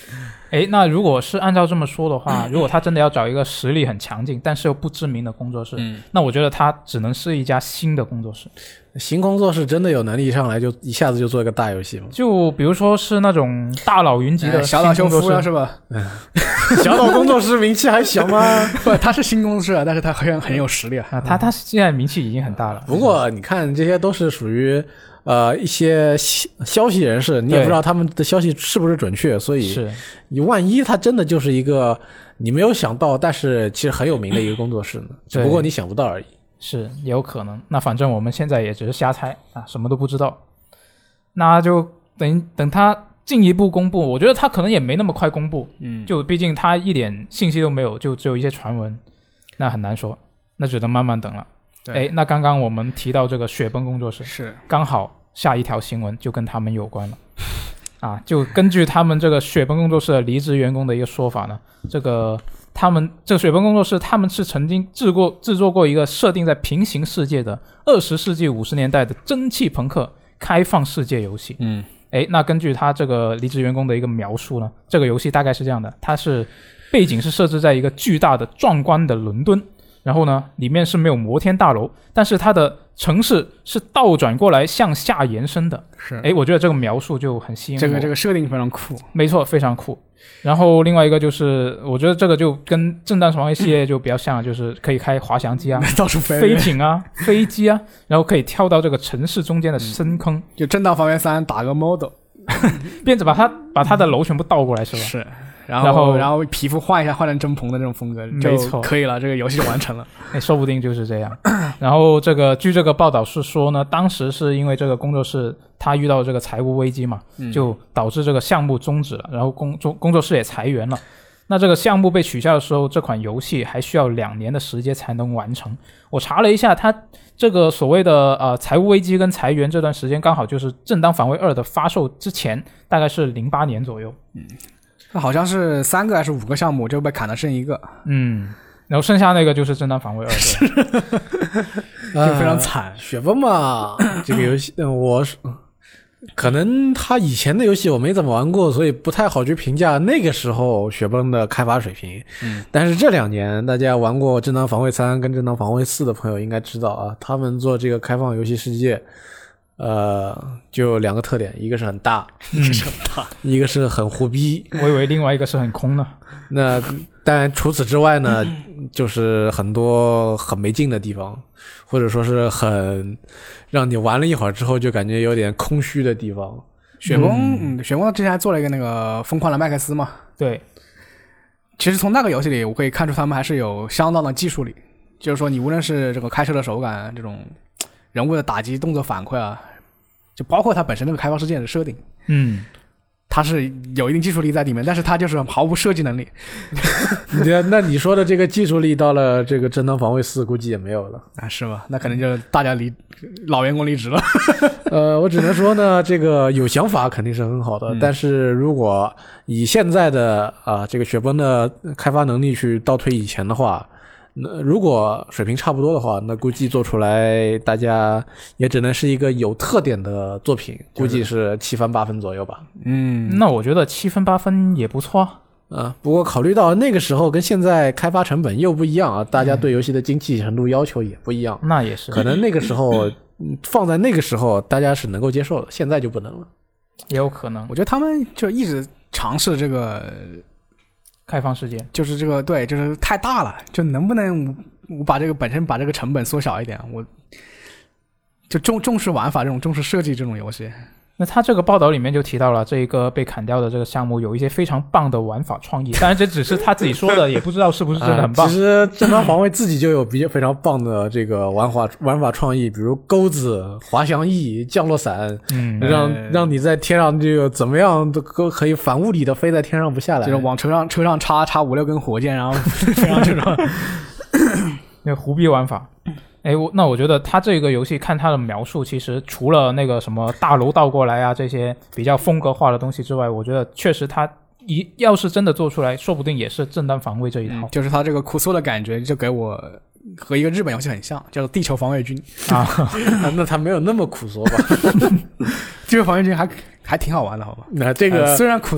那如果是按照这么说的话，如果他真的要找一个实力很强劲但是又不知名的工作室，那我觉得他只能是一家新的工作室。 新工作室真的有能力一上来就一下子就做一个大游戏吗？ 就比如说是那种大佬云集的小岛秀夫了是吧？ 小岛工作室名气还小吗？ 不，他是新工作室，但是他很有实力啊。 他现在名气已经很大了。 不过你看，这些都是属于一些消息人士，你也不知道他们的消息是不是准确，所以是你万一他真的就是一个你没有想到，但是其实很有名的一个工作室呢，只不过你想不到而已。 是也有可能。那反正我们现在也只是瞎猜啊，什么都不知道。那就等他进一步公布，我觉得他可能也没那么快公布，就毕竟他一点信息都没有，就只有一些传闻，那很难说，那只能慢慢等了。那刚刚我们提到这个雪崩工作室， 是刚好下一条新闻就跟他们有关了啊，就根据他们这个雪崩工作室的离职员工的一个说法呢，他们这个雪崩工作室，他们是曾经制作过一个设定在平行世界的20世纪50年代的蒸汽朋克开放世界游戏。那根据他这个离职员工的一个描述呢，这个游戏大概是这样的，它是背景是设置在一个巨大的壮观的伦敦，然后呢里面是没有摩天大楼，但是它的城市是倒转过来向下延伸的。 是， 我觉得这个描述就很吸引我。 这个设定非常酷。 没错，非常酷。然后另外一个就是，我觉得这个就跟震荡防卫系列就比较像，就是可以开滑翔机啊， 到处飞艇啊，飞机啊，然后可以跳到这个城市中间的深坑。 就震荡防卫3打个 model， 变着把它的楼全部倒过来是吧？ 是。然后皮肤换一下，换成真蓬的这种风格就可以了，这个游戏就完成了。 说不定就是这样。然后据这个报道是说呢，当时是因为这个工作室他遇到这个财务危机嘛，就导致这个项目终止了，然后工作室也裁员了。那这个项目被取消的时候，这款游戏还需要2年的时间才能完成。我查了一下，它这个所谓的财务危机跟裁员这段时间刚好就是《正当防卫2》的发售之前，大概是08年左右。 它好像是3个还是5个项目就被砍了剩1个， 然后剩下那个就是《正当防卫2》， 就非常惨。 雪崩嘛，这个游戏可能他以前的游戏我没怎么玩过，所以不太好去评价那个时候雪崩的开发水平。但是这2年大家玩过《正当防卫3》跟《正当防卫4》的朋友应该知道啊，他们做这个开放游戏世界。就2个特点，一个是很大，一个是很胡逼。 我以为另外一个是很空呢。 那但除此之外呢，就是很多很没劲的地方，或者说是很让你玩了一会儿之后就感觉有点空虚的地方。 雪崩之前还做了一个那个疯狂的麦克斯嘛。 对， 其实从那个游戏里我可以看出他们还是有相当的技术力，就是说你无论是这个开车的手感，这种人物的打击动作反馈啊，就包括它本身那个开放世界的设定，它是有一定技术力在里面，但是它就是毫无设计能力。 那你说的这个技术力到了这个正当防卫4估计也没有了啊？是吗？那可能就大家老员工离职了。 我只能说呢，这个有想法肯定是很好的，但是如果以现在的这个雪崩的开发能力去倒推以前的话，那如果水平差不多的话，那估计做出来大家也只能是一个有特点的作品，估计是7分8分左右吧。 那我觉得7分8分也不错不过考虑到那个时候跟现在开发成本又不一样啊，大家对游戏的精细程度要求也不一样。 那也是， 可能那个时候放在那个时候大家是能够接受的，现在就不能了。 也有可能， 我觉得他们就一直尝试这个开放世界， 就是这个对，就是太大了，就能不能我把这个本身把这个成本缩小一点，我就重视玩法这种，重视设计这种游戏。 那他这个报道里面就提到了这一个被砍掉的这个项目有一些非常棒的玩法创意，当然这只是他自己说的，也不知道是不是真的很棒。 其实正当防卫自己就有非常棒的这个玩法创意，比如钩子、滑翔翼、降落伞，让你在天上这个怎么样都可以反物理的飞在天上不下来， 就是往车上插5-6根火箭，然后飞上这种那个胡逼玩法。那我觉得他这个游戏看他的描述，其实除了那个什么大楼倒过来啊这些比较风格化的东西之外，我觉得确实他要是真的做出来，说不定也是正当防卫这一套。 就是他这个库索的感觉就给我和一个日本游戏很像，叫做地球防卫军那他没有那么苦索吧？ 地球防卫军还挺好玩的，好吧？ 那这个虽然苦索，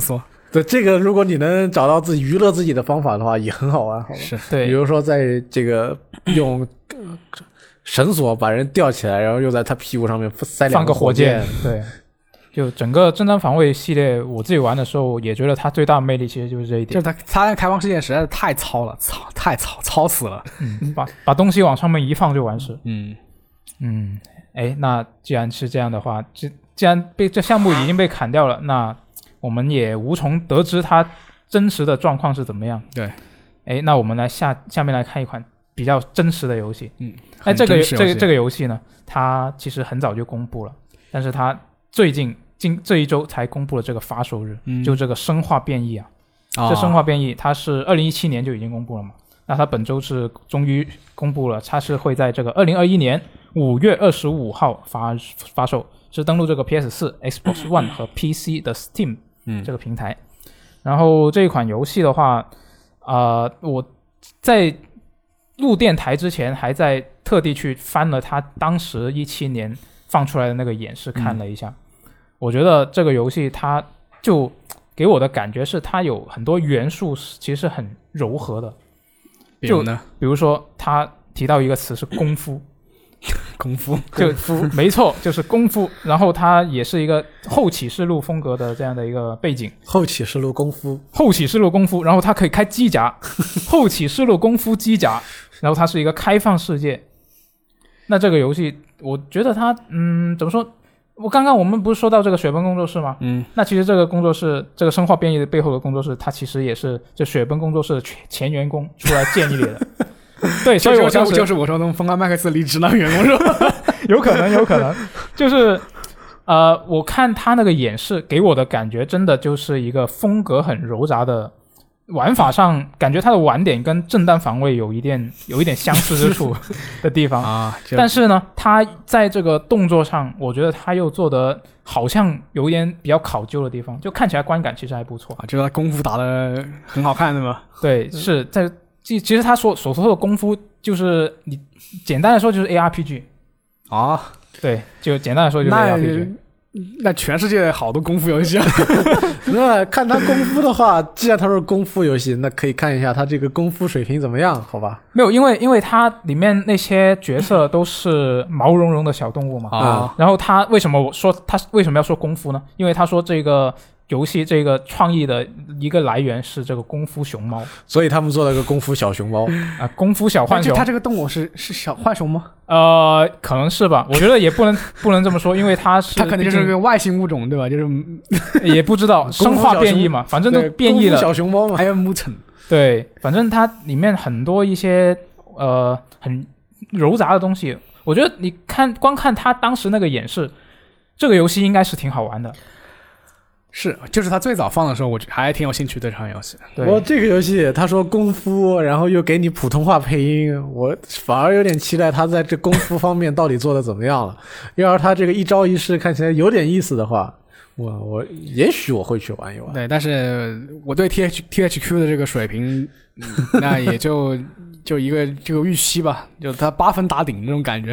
对，这个如果你能找到自己娱乐自己的方法的话，也很好玩，好吧？ 是对， 比如说在这个用绳索把人吊起来，然后又在他屁股上面塞两放个火箭。 对，就整个正当防卫系列，我自己玩的时候也觉得它最大的魅力其实就是这一点， 就是他那开放世界实在是太糙了，糙死了。 把东西往上面一放就完事。 嗯， 那既然是这样的话，既然被这项目已经被砍掉了，那我们也无从得知它真实的状况是怎么样。 对， 那我们来下面来看一款比较真实的游戏。这个游戏呢，它其实很早就公布了，但是它最近这一周才公布了这个发售日，就这个生化变异啊。这生化变异它是2017年就已经公布了嘛，那它本周是终于公布了，它是会在这个2021年5月25号发售，是登陆这个 PS4、Xbox One 和 PC 的 Steam 这个平台。然后这一款游戏的话，我在录电台之前还在特地去翻了它当时17年放出来的那个演示看了一下，我觉得这个游戏它就给我的感觉是它有很多元素其实是很柔和的。 比如呢？ 比如说他提到一个词是功夫。 功夫没错，就是功夫。然后它也是一个后启示录风格的这样的一个背景。 后启示录功夫， 然后它可以开机甲，后启示录功夫机甲，然后它是一个开放世界。那这个游戏，我觉得它，怎么说？刚刚我们不是说到这个雪崩工作室吗？那其实这个工作室，这个生化变异的背后的工作室，它其实也是这雪崩工作室的前员工出来建立的。对，所以我就是我说的风干麦克斯离职那个员工是吧？ 有可能，就是我看他那个演示给我的感觉，真的就是一个风格很柔杂的玩法上，感觉他的玩点跟正当防卫有一点相似之处的地方啊。 但是呢，他在这个动作上，我觉得他又做得好像有一点比较考究的地方，就看起来观感其实还不错啊。就是他功夫打得很好看，对吗？ 对，是在。其实他所说的功夫，就是你简单来说就是 ARPG 啊， 对，就简单来说就是 ARPG。 那全世界好多功夫游戏啊。 那看他功夫的话，既然他是功夫游戏，那可以看一下他这个功夫水平怎么样，好吧？ 没有，因为他里面那些角色都是毛茸茸的小动物嘛。然后他为什么要说功夫呢？因为他说这个游戏这个创意的一个来源是这个功夫熊猫， 所以他们做了个功夫小熊猫啊，功夫小浣熊。 它这个动物是小浣熊吗？ 可能是吧，我觉得也不能这么说，因为它肯定就是个外星物种，对吧？就是也不知道生化变异嘛，反正都变异了。 小熊猫嘛， 还有木尘。 对，反正它里面很多一些很柔杂的东西，我觉得你光看它当时那个演示，这个游戏应该是挺好玩的。 是，就是他最早放的时候，我还挺有兴趣对这场游戏。 我这个游戏他说功夫，然后又给你普通话配音，我反而有点期待他在这功夫方面到底做的怎么样了。要是他这个一招一式看起来有点意思的话，我也许我会去玩一玩。 对，但是我对 THQ 的这个水平，那也就一个这个预期吧，就他8分打顶那种感觉。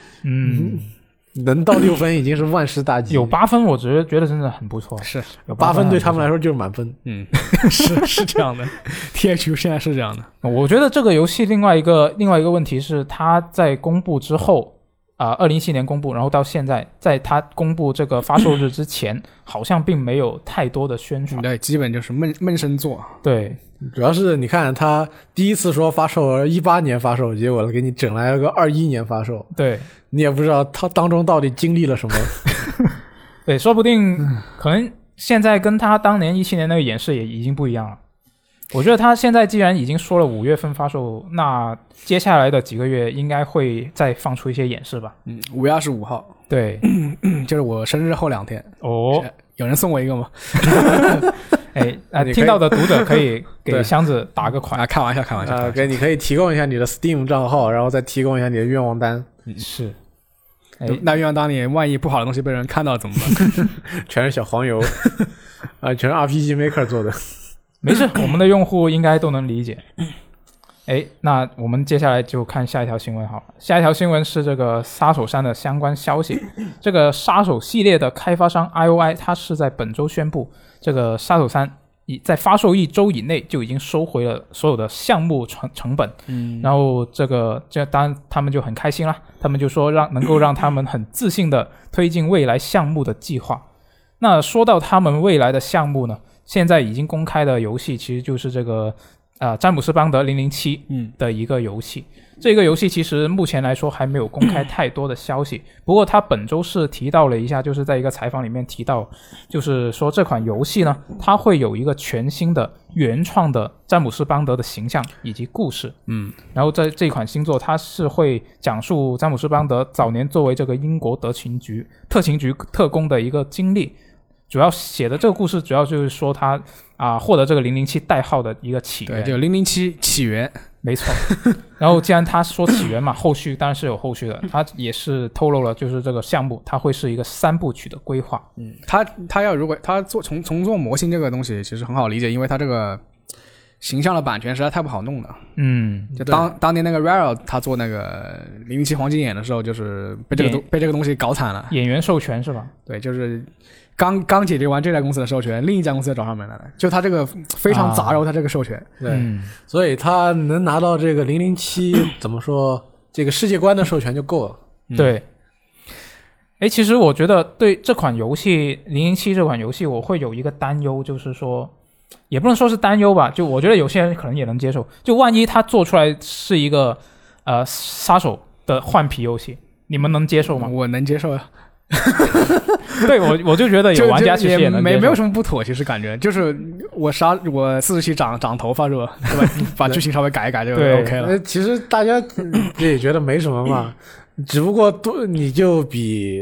能到6分已经是万事大吉。 有8分，我觉得真的很不错。 是有8分对他们来说就是满分。 是这样的。THQ 现在是这样的。 我觉得这个游戏另外一个问题是，它在公布之后，2017年公布，然后到现在，在它公布这个发售日之前，好像并没有太多的宣传。 对，基本就是闷声做。 对。 主要是你看他第一次说发售18年发售，结果给你整来了个21年发售。 对， 你也不知道他当中到底经历了什么。 对，说不定可能现在跟他当年17年那个演示也已经不一样了。我觉得他现在既然已经说了5月份发售，那接下来的几个月应该会再放出一些演示吧。 5月25号。 对， 就是我生日后2天。 哦， 有人送我一个吗？ 听到的读者可以给箱子打个款。 开玩笑。 你可以提供一下你的 Steam 账号，然后再提供一下你的愿望单。 是。 那愿望单里万一不好的东西被人看到怎么办？ 全是小黄油全是 RPG Maker 做的。 没事，我们的用户应该都能理解。那我们接下来就看下一条新闻好了。下一条新闻是这个杀手3的相关消息。这个杀手系列的开发商 IOI 它是在本周宣布，这个杀手3 在发售1周以内就已经收回了所有的项目成本，然后当然他们就很开心啦，他们就说能够让他们很自信的推进未来项目的计划。那说到他们未来的项目呢，现在已经公开的游戏其实就是这个詹姆斯邦德007的一个游戏。这个游戏其实目前来说还没有公开太多的消息，不过他本周是提到了一下，就是在一个采访里面提到，就是说这款游戏呢，它会有一个全新的原创的詹姆斯邦德的形象以及故事。然后在这款新作，它是会讲述詹姆斯邦德早年作为这个英国特勤局特工的一个经历。主要写的这个故事主要就是说他获得这个007代号的一个起源。 对，就007起源， 没错。然后既然他说起源嘛，后续当然是有后续的。他也是透露了，就是这个项目它会是一个3部曲的规划。 他要如果他重做模型这个东西，其实很好理解，因为他这个形象的版权实在太不好弄了。就当年那个 Rare 他做那个007黄金眼的时候，就是被这个东西搞惨了。 演员授权是吧？ 对，就是刚解决完这家公司的授权，另一家公司找上门来了，就他这个非常杂糅，他这个授权。 对，所以他能拿到这个007怎么说这个世界观的授权就够了。 对。其实我觉得对这款游戏007这款游戏我会有一个担忧，就是说也不能说是担忧吧，就我觉得有些人可能也能接受，就万一他做出来是一个杀手的换皮游戏，你们能接受吗？ 我能接受呀。 对，我就觉得有玩家其实也能接受， 没有什么不妥，其实感觉就是我47长头发是吧？对吧？把剧情稍微改一改就 OK 了。 其实大家也觉得没什么嘛，只不过你就比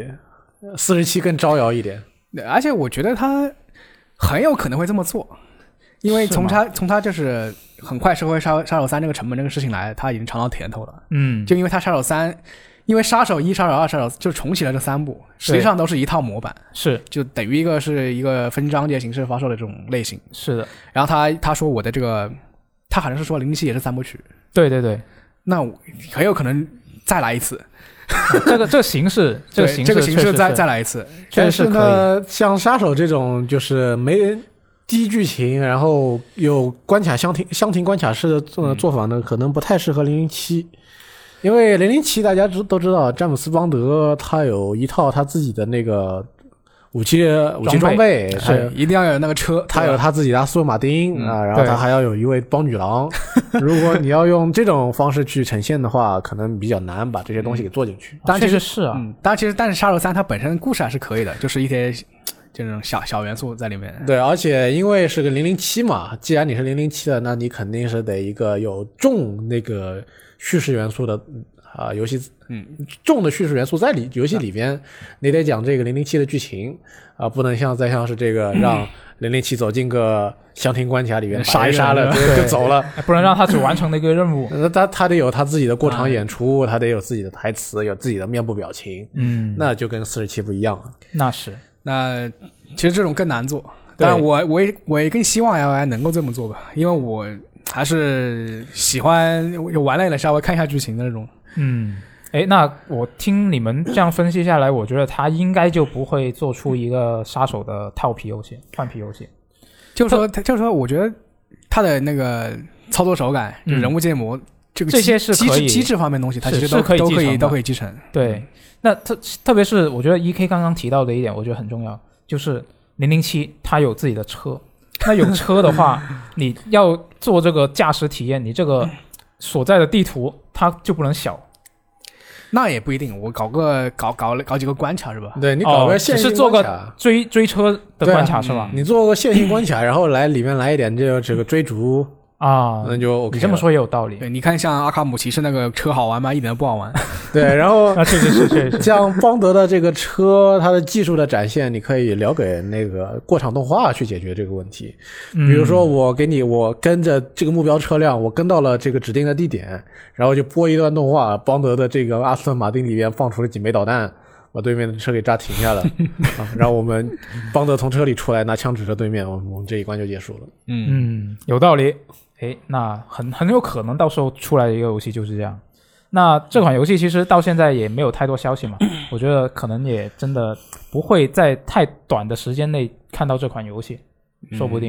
47更招摇一点。 而且我觉得他很有可能会这么做，因为从他就是很快收回杀手3这个成本这个事情来，他已经尝到甜头了。就因为他杀手3。因为杀手1、杀手2、杀手就重启了这3部，实际上都是一套模板， 是就等于是一个分章节形式发售的这种类型。 是的。 然后他说我的这个，他好像是说007也是3部曲。 对对对。 那很有可能再来一次。 这个形式，这个形式再来一次， 确实可以。像杀手这种就是没低剧情，然后有关卡箱庭关卡式的做法呢，可能不太适合007。因为007大家都知道，詹姆斯邦德他有一套他自己的那个武器装备， 是一定要有那个车， 他有他自己的阿斯顿马丁然后他还要有一位帮女郎。如果你要用这种方式去呈现的话，可能比较难把这些东西给做进去。 但确实是啊， 但是杀手3它本身故事还是可以的，就是一些这种小元素在里面。 对，而且因为是个007嘛，既然你是007的，那你肯定是得一个有重那个叙事元素的游戏，重的叙事元素在游戏里边，你得讲这个007的剧情不能再像是这个让007走进个箱庭关卡里面杀一杀了就走了， 不能让他只完成那个任务。 他得有他自己的过场演出，他得有自己的台词，有自己的面部表情，那就跟47不一样了。 那是， 那其实这种更难做，但我也更希望 LI 能够这么做吧，因为我还是喜欢有玩累了稍微看一下剧情的那种。 那我听你们这样分析下来，我觉得他应该就不会做出一个杀手的套皮游戏、换皮游戏。 就是说，我觉得他的那个操作手感、人物建模， 这些是可以机制方面的东西，他其实都可以继承。 对，那特别是我觉得 EK 刚刚提到的一点，我觉得很重要，就是007他有自己的车。那有车的话，你要做这个驾驶体验，你这个所在的地图它就不能小。 那也不一定，我搞几个关卡是吧？ 对，你搞个线性关卡， 只是做个追车的关卡是吧？ 你做个线性关卡，然后里面来一点这个追逐那就 OK。 你这么说也有道理。 对，你看像阿卡姆骑士那个车好玩吗？一点都不好玩。 对，然后确实像邦德的这个车，它的技术的展现，你可以留给那个过场动画去解决这个问题。比如说我跟着这个目标车辆，我跟到了这个指定的地点，然后就播一段动画，邦德的这个阿斯顿马丁里面放出了几枚导弹，把对面的车给炸停下了然后我们邦德从车里出来，拿枪指着对面，我们这一关就结束了。 有道理。那很有可能到时候出来的一个游戏就是这样。那这款游戏其实到现在也没有太多消息嘛，我觉得可能也真的不会在太短的时间内看到这款游戏，说不定。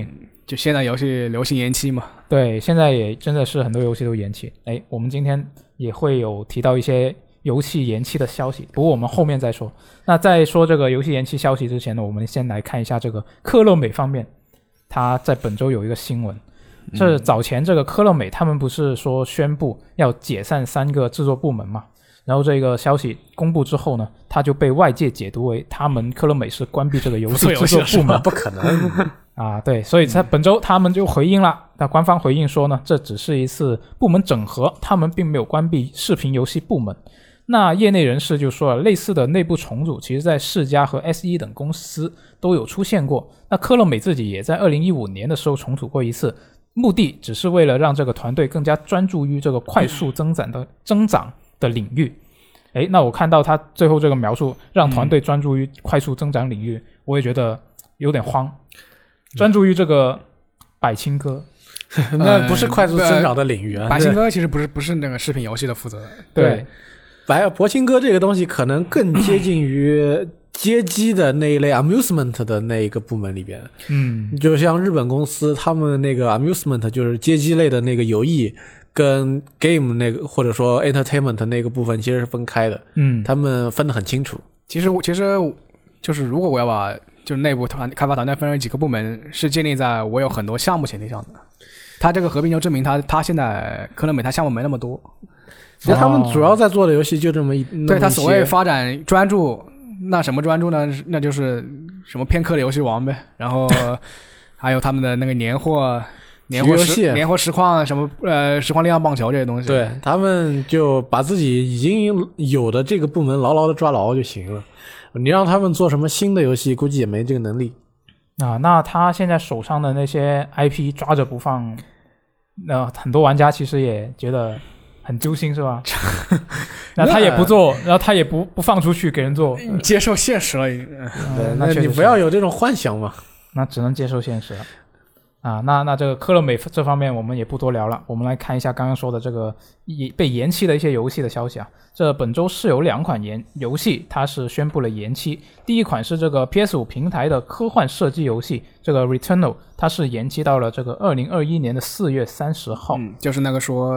就现在游戏流行延期嘛。 对，现在也真的是很多游戏都延期。我们今天也会有提到一些游戏延期的消息，不过我们后面再说。那在说这个游戏延期消息之前呢，我们先来看一下这个科乐美方面，它在本周有一个新闻。是早前这个科乐美他们不是说宣布要解散3个制作部门嘛？然后这个消息公布之后呢，它就被外界解读为他们科乐美是关闭这个游戏制作部门。 不可能啊，对，所以在本周他们就回应了。那官方回应说呢，这只是一次部门整合，他们并没有关闭视频游戏部门。那业内人士就说了，类似的内部重组其实在世嘉和 SE 等公司都有出现过。那科乐美自己也在2015年的时候重组过一次，目的只是为了让这个团队更加专注于这个快速增长的领域。那我看到他最后这个描述，让团队专注于快速增长领域，我也觉得有点慌。专注于这个百青哥， 那不是快速增长的领域啊。 百青哥其实不是那个视频游戏的负责人。 对， 博青哥这个东西可能更接近于街机的那一类 amusement 的那一个部门里边。就像日本公司他们那个 amusement 就是街机类的那个游艺跟 game 那个或者说 entertainment 那个部分其实是分开的。他们分得很清楚。 其实就是如果我要把就是内部开发团队分成几个部门，是建立在我有很多项目前提上的。他这个合并就证明他现在科乐美他项目没那么多。 其实他们主要在做的游戏就这么一对，他所谓发展专注，那什么专注呢？那就是什么片刻的游戏王呗，然后还有他们的那个年货实况什么实况力量棒球这些东西。 对，他们就把自己已经有的这个部门牢牢的抓牢就行了。你让他们做什么新的游戏，估计也没这个能力。 那他现在手上的那些 IP 抓着不放，很多玩家其实也觉得很揪心，是吧？那他也不做，然后他也不放出去给人做， 接受现实了。 那你不要有这种幻想嘛。 那只能接受现实了。那这个科乐美这方面我们也不多聊了，我们来看一下刚刚说的这个被延期的一些游戏的消息啊。这本周是有2款游戏它是宣布了延期。第一款是这个 PS5 平台的科幻射击游戏，这个 Returnal 它是延期到了这个2021年的4月30号。 就是那个说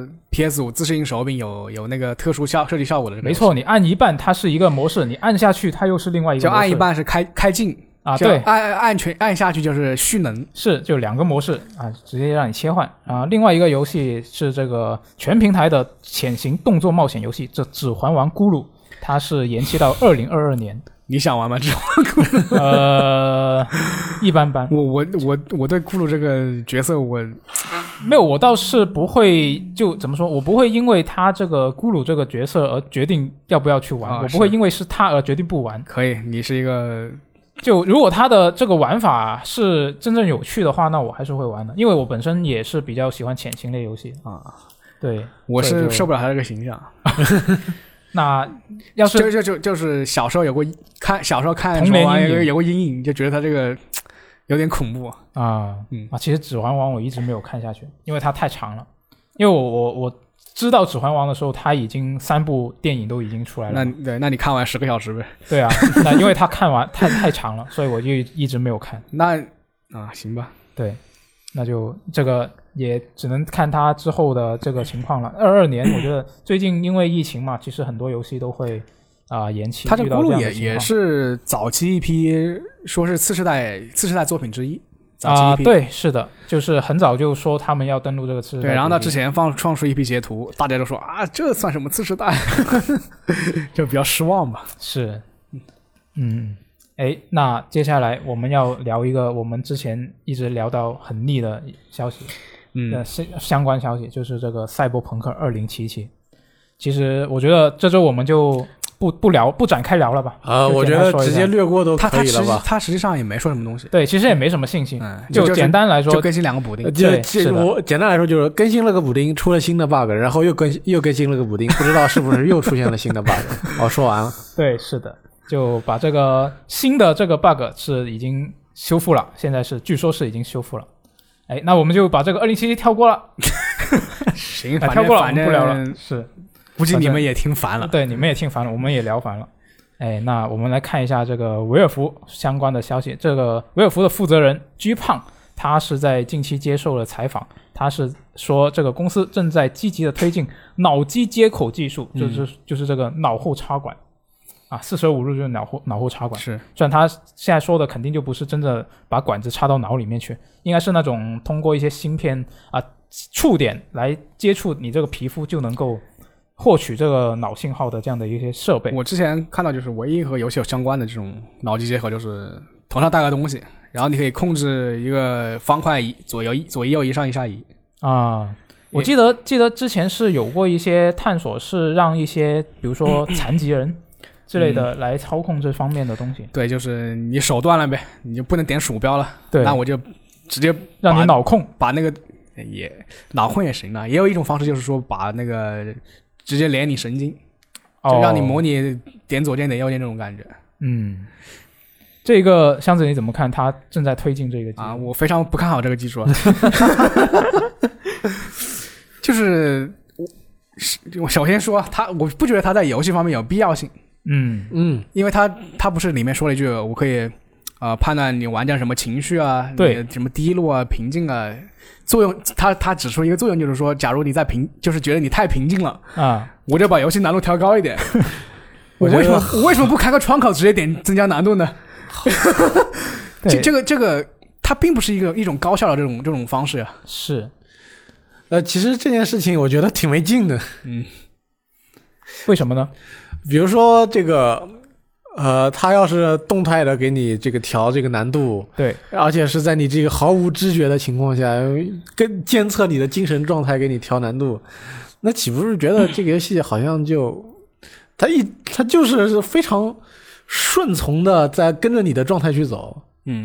PS5 自适应手柄有那个特殊射击效果的这个。 没错，你按一半它是一个模式，你按下去它又是另外一个模式。 就按一半是开镜。 对， 按下去就是蓄能， 是就2个模式直接让你切换另外一个游戏是这个全平台的潜行动作冒险游戏，这《指环王：咕噜》，它是延期到2022年。 你想玩吗？指环王咕噜？一般般。 我对咕噜这个角色没有，我倒是不会就怎么说，我不会因为他这个咕噜这个角色而决定要不要去玩，我不会因为是他而决定不玩。 可以，你是一个。 就如果它的这个玩法是真正有趣的话，那我还是会玩的，因为我本身也是比较喜欢潜行类游戏对， 我是受不了他这个形象。 那要是就是小时候小时候看什么玩意有过阴影，就觉得他这个有点恐怖其实《指环王》我一直没有看下去，因为它太长了。因为我知道《指环王》的时候，它已经3部电影都已经出来了。 那你看完10个小时呗？ 对啊，那因为它看完太长了，所以我就一直没有看。 那行吧。 对，那就这个也只能看它之后的这个情况了。22年，我觉得最近因为疫情嘛，其实很多游戏都会延期。 它这咕噜也是早期一批说是次世代作品之一。 对，是的，就是很早就说他们要登陆这个次世代。 对，然后他之前创出一批截图，大家都说这算什么次世代？就比较失望吧。 是，那接下来我们要聊一个我们之前一直聊到很腻的消息，相关消息，就是这个赛博朋克2077。其实我觉得这周我们就不展开聊了吧。 我觉得直接略过都可以了吧。 他实际上也没说什么东西。 对，其实也没什么信息。就简单来说， 就更新2个补丁。 我简单来说就是更新了个补丁，出了新的 bug， 然后又更新了个补丁，不知道是不是又出现了新的 bug。说完了。 对，是的，就把这个新的这个 bug 是已经修复了，现在据说是已经修复了。那我们就把这个2077跳过了。 行， 跳过了，我们不聊了。是。 估计你们也听烦了。 对，你们也听烦了，我们也聊烦了。那我们来看一下这个维尔福相关的消息。这个维尔福的负责人居胖， 他是在近期接受了采访，他是说这个公司正在积极的推进脑机接口技术，就是这个脑后插管啊，45度就是脑后插管。 是， 虽然他现在说的肯定就不是真的把管子插到脑里面去，应该是那种通过一些芯片啊触点来接触你这个皮肤就能够获取这个脑信号的这样的一些设备。 我之前看到就是唯一和游戏有相关的这种脑机接口，就是头上戴个东西，然后你可以控制一个方块左右移上移下移啊。我记得之前是有过一些探索，是让一些比如说残疾人之类的来操控这方面的东西。 对，就是你手断了呗，你就不能点鼠标了。 对， 那我就直接让你脑控， 把那个也脑控也行了。也有一种方式就是说把那个直接连你神经，就让你模拟点左键点右键这种感觉。 嗯，这个箱子你怎么看？他正在推进这个技术啊，我非常不看好这个技术啊。就是我首先说我不觉得它在游戏方面有必要性。因为它不是里面说了一句我可以判断你玩家什么情绪啊， 对， 什么低落啊平静啊，作用它指出一个作用，就是说假如你就是觉得你太平静了啊， 我就把游戏难度调高一点。我为什么不开个窗口直接点增加难度呢？这个它并不是一种高效的这种方式呀。 是， 其实这件事情我觉得挺没劲的。 为什么呢？ 比如说这个他要是动态的给你这个调这个难度， 对，而且是在你这个毫无知觉的情况下跟监测你的精神状态给你调难度，那岂不是觉得这个游戏好像就他就是非常顺从的在跟着你的状态去走。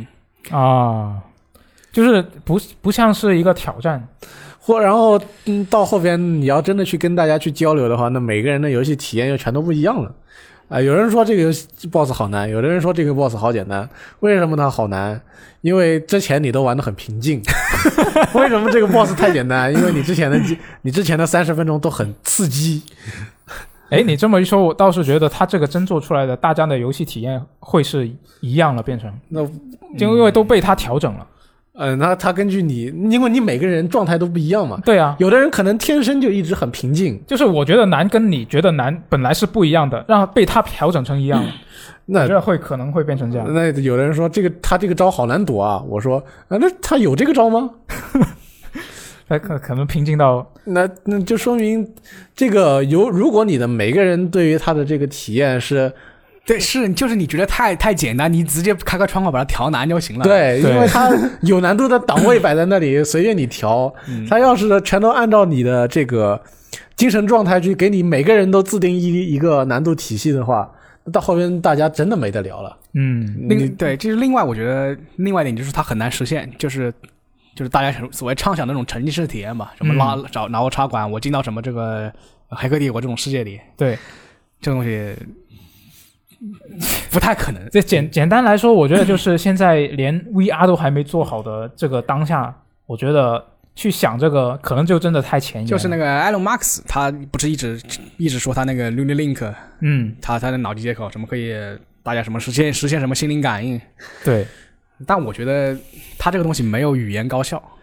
就是不像是一个挑战。 然后到后边你要真的去跟大家去交流的话，那每个人的游戏体验又全都不一样了。有人说这个游戏 BOSS 好难，有的人说这个 BOSS 好简单。为什么它好难？因为之前你都玩得很平静。为什么这个 BOSS 太简单？因为你之前的30分钟都很刺激。 你这么一说，我倒是觉得它这个真做出来的大家的游戏体验会是一样了，变成因为都被它调整了。 那他根据你，因为你每个人状态都不一样嘛。 对啊， 有的人可能天生就一直很平静。 就是我觉得难跟你觉得难本来是不一样的，让被他调整成一样了。我觉得可能会变成这样。 那有的人说他这个招好难躲啊，我说那他有这个招吗？ 他可能平静到那就说明这个如果你的每个人对于他的这个体验是。 对，就是你觉得太简单，你直接开个窗口把它调难就行了。 对，因为它有难度的档位摆在那里，随便你调。它要是全都按照你的这个精神状态去给你每个人都自定义一个难度体系的话，到后边大家真的没得聊了。 对，这是另外我觉得另外一点就是它很难实现，就是大家所谓畅想的那种沉浸式体验吧，什么然后插管，我进到什么这个黑客帝国这种世界里。 对， 这个东西。不太可能。 这简单来说，我觉得就是现在连 VR 都还没做好的这个当下，我觉得去想这个可能就真的太前沿了。 就是那个 Elon Musk， 他不是一直说他那个 Neuralink， 他的脑机接口什么可以大家什么实现什么心灵感应。 对， 但我觉得他这个东西没有语言高效。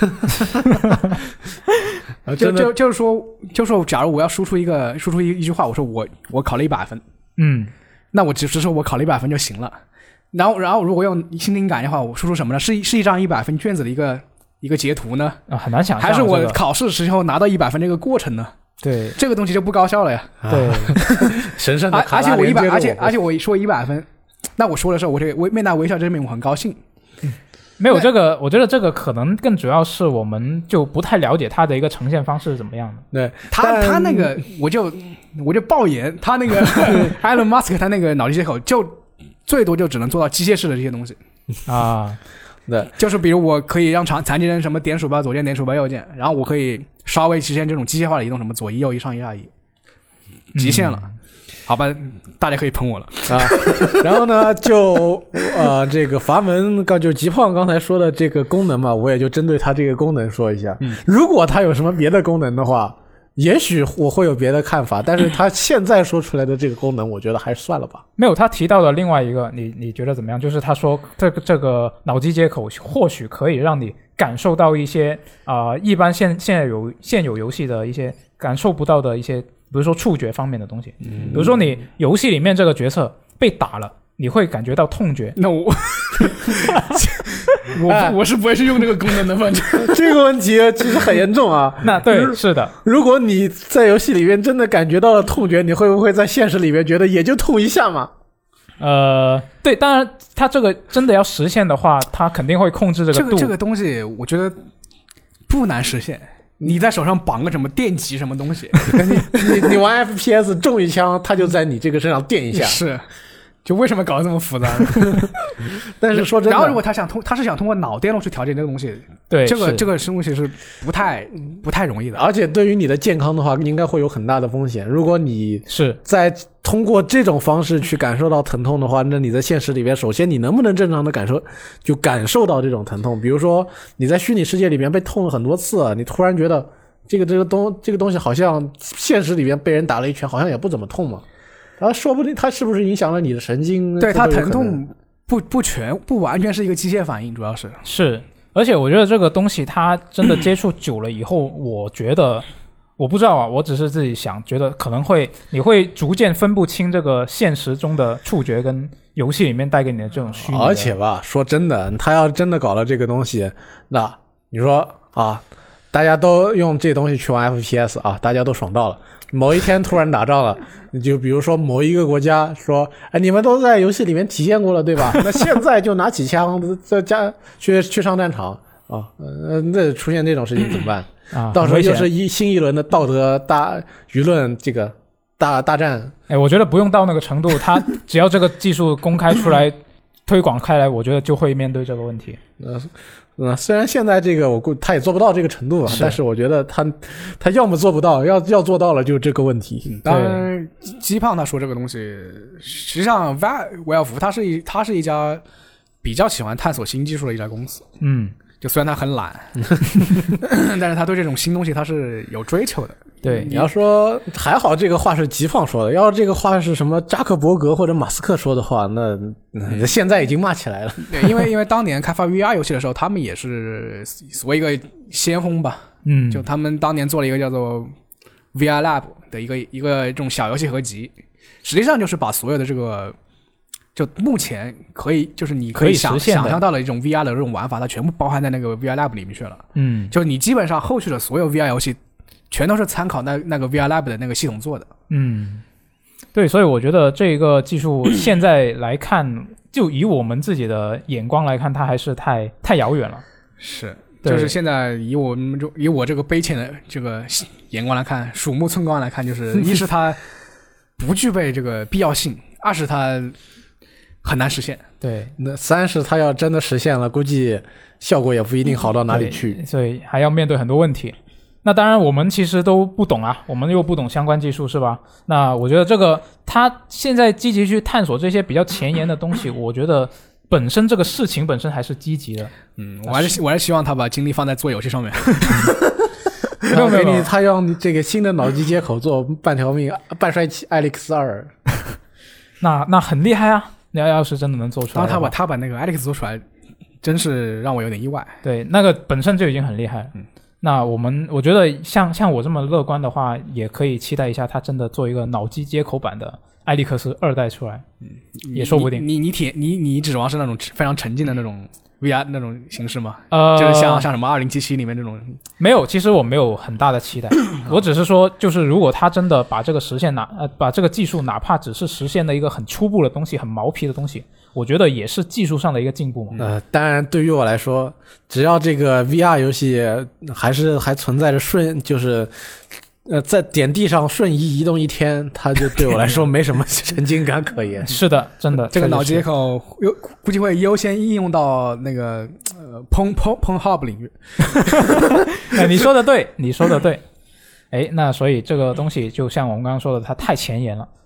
就是说，假如我要输出一句话，我说我考了100分，那我只是说我考了100分就行了。然后如果用心灵感应的话，我输出什么呢？是一张100分卷子的一个截图呢？ 很难想象。 还是我考试时候拿到100分这个过程呢？ 对， 这个东西就不高效了呀。 对， 神圣的卡而且我说100分，那我说的时候我这面带微笑，证明我很高兴。 没有这个，我觉得这个可能更主要是我们就不太了解它的一个呈现方式是怎么样的。 对， 他那个我就爆言，他那个Elon Musk 他那个脑机接口就最多就只能做到机械式的这些东西啊。 对， 就是比如我可以让残疾人什么点鼠标左键点鼠标右键，然后我可以稍微实现这种机械化的移动，什么左移右移上移下移，极限了。好吧，大家可以喷我了啊。然后呢，就这个阀门就极胖刚才说的这个功能嘛，我也就针对它这个功能说一下。如果它有什么别的功能的话， 也许我会有别的看法，但是他现在说出来的这个功能，我觉得还是算了吧。 没有，他提到的另外一个，你觉得怎么样？就是他说这个脑机接口或许可以让你感受到一些一般现有游戏的一些感受不到的一些，比如说触觉方面的东西。比如说你游戏里面这个角色被打了，你会感觉到痛觉。 那我是不会去用这个功能的，反正这个问题其实很严重啊。 那对，是的。 如果你在游戏里面真的感觉到了痛觉，你会不会在现实里面觉得也就痛一下嘛？ 对，当然，它这个真的要实现的话，它肯定会控制这个度。 这个东西，我觉得不难实现。你在手上绑个什么电极什么东西， 你玩 FPS 中一枪，它就在你这个身上电一下。 是。就为什么搞得这么复杂？ 但是说真的， 然后如果他是想通过脑电路去调节这个东西， 对， 这个东西是不太容易的。 而且对于你的健康的话，应该会有很大的风险。如果你是在通过这种方式去感受到疼痛的话，那你在现实里边，首先你能不能正常的感受到这种疼痛？比如说你在虚拟世界里面被痛了很多次，你突然觉得这个东西好像现实里面被人打了一拳，好像也不怎么痛嘛。然后说不定它是不是影响了你的神经？ 对，它疼痛不完全是一个机械反应，主要是。 而且我觉得这个东西它真的接触久了以后，我觉得我不知道啊，我只是自己想，觉得可能你会逐渐分不清这个现实中的触觉跟游戏里面带给你的这种虚拟。 而且吧，说真的，他要真的搞了这个东西，那你说啊，大家都用这东西去玩 FPS 啊，大家都爽到了。某一天突然打仗了，就比如说某一个国家说，哎，你们都在游戏里面体验过了，对吧？那现在就拿起枪，去上战场啊！那出现这种事情怎么办？到时候又是新一轮的道德大舆论这个大战。 哎，我觉得不用到那个程度，他只要这个技术公开出来推广开来，我觉得就会面对这个问题。 虽然现在这个他也做不到这个程度吧，但是我觉得他要么做不到，要做到了就这个问题。 当然，鸡胖他说这个东西，实际上 Valve 他是一家比较喜欢探索新技术的一家公司。就虽然他很懒，但是他对这种新东西他是有追求的。 对， 你要说还好这个话是吉放说的，要是这个话是什么扎克伯格或者马斯克说的话，那现在已经骂起来了。 对，因为当年开发 VR 游戏的时候，他们也是所谓一个先锋吧。就他们当年做了一个叫做 VR Lab 的一个这种小游戏合集，实际上就是把所有的这个就目前就是你可以想象到的一种 VR 的这种玩法，它全部包含在那个 VR Lab 里面去了。就你基本上后续的所有 VR 游戏全都是参考那个 VR Lab 的那个系统做的。 对，所以我觉得这个技术现在来看，就以我们自己的眼光来看，它还是太遥远了。 是，就是现在以我这个悲浅的这个眼光来看，鼠目寸光来看，就是一是它不具备这个必要性，二是它很难实现。 对， 那三是它要真的实现了，估计效果也不一定好到哪里去。 所以还要面对很多问题。那当然我们其实都不懂啊，我们又不懂相关技术，是吧？那我觉得这个他现在积极去探索这些比较前沿的东西，我觉得本身这个事情本身还是积极的。 我还是希望他把精力放在做游戏上面。 没有，他用这个新的脑机接口做半条命半衰期艾利克斯2。 那很厉害啊！要是真的能做出来， 当然他把那个艾利克斯做出来，真是让我有点意外。 对，那个本身就已经很厉害了。那我觉得像我这么乐观的话，也可以期待一下他真的做一个脑机接口版的艾利克斯2代出来，也说不定。 你指望是那种非常沉浸的那种 VR 那种形式吗？就是像什么2077里面这种？ 没有，其实我没有很大的期待，我只是说，就是如果他真的把这个把这个技术哪怕只是实现了一个很初步的东西，很毛皮的东西，我觉得也是技术上的一个进步嘛。 当然对于我来说，只要这个 VR 游戏还存在着就是在点地上瞬移动一天，它就对我来说没什么神经感可言。 是的，真的， 这个脑接口估计会优先应用到那个Pornhub 领域。 你说的对，你说的对。那所以这个东西就像我们刚刚说的，它太前沿了。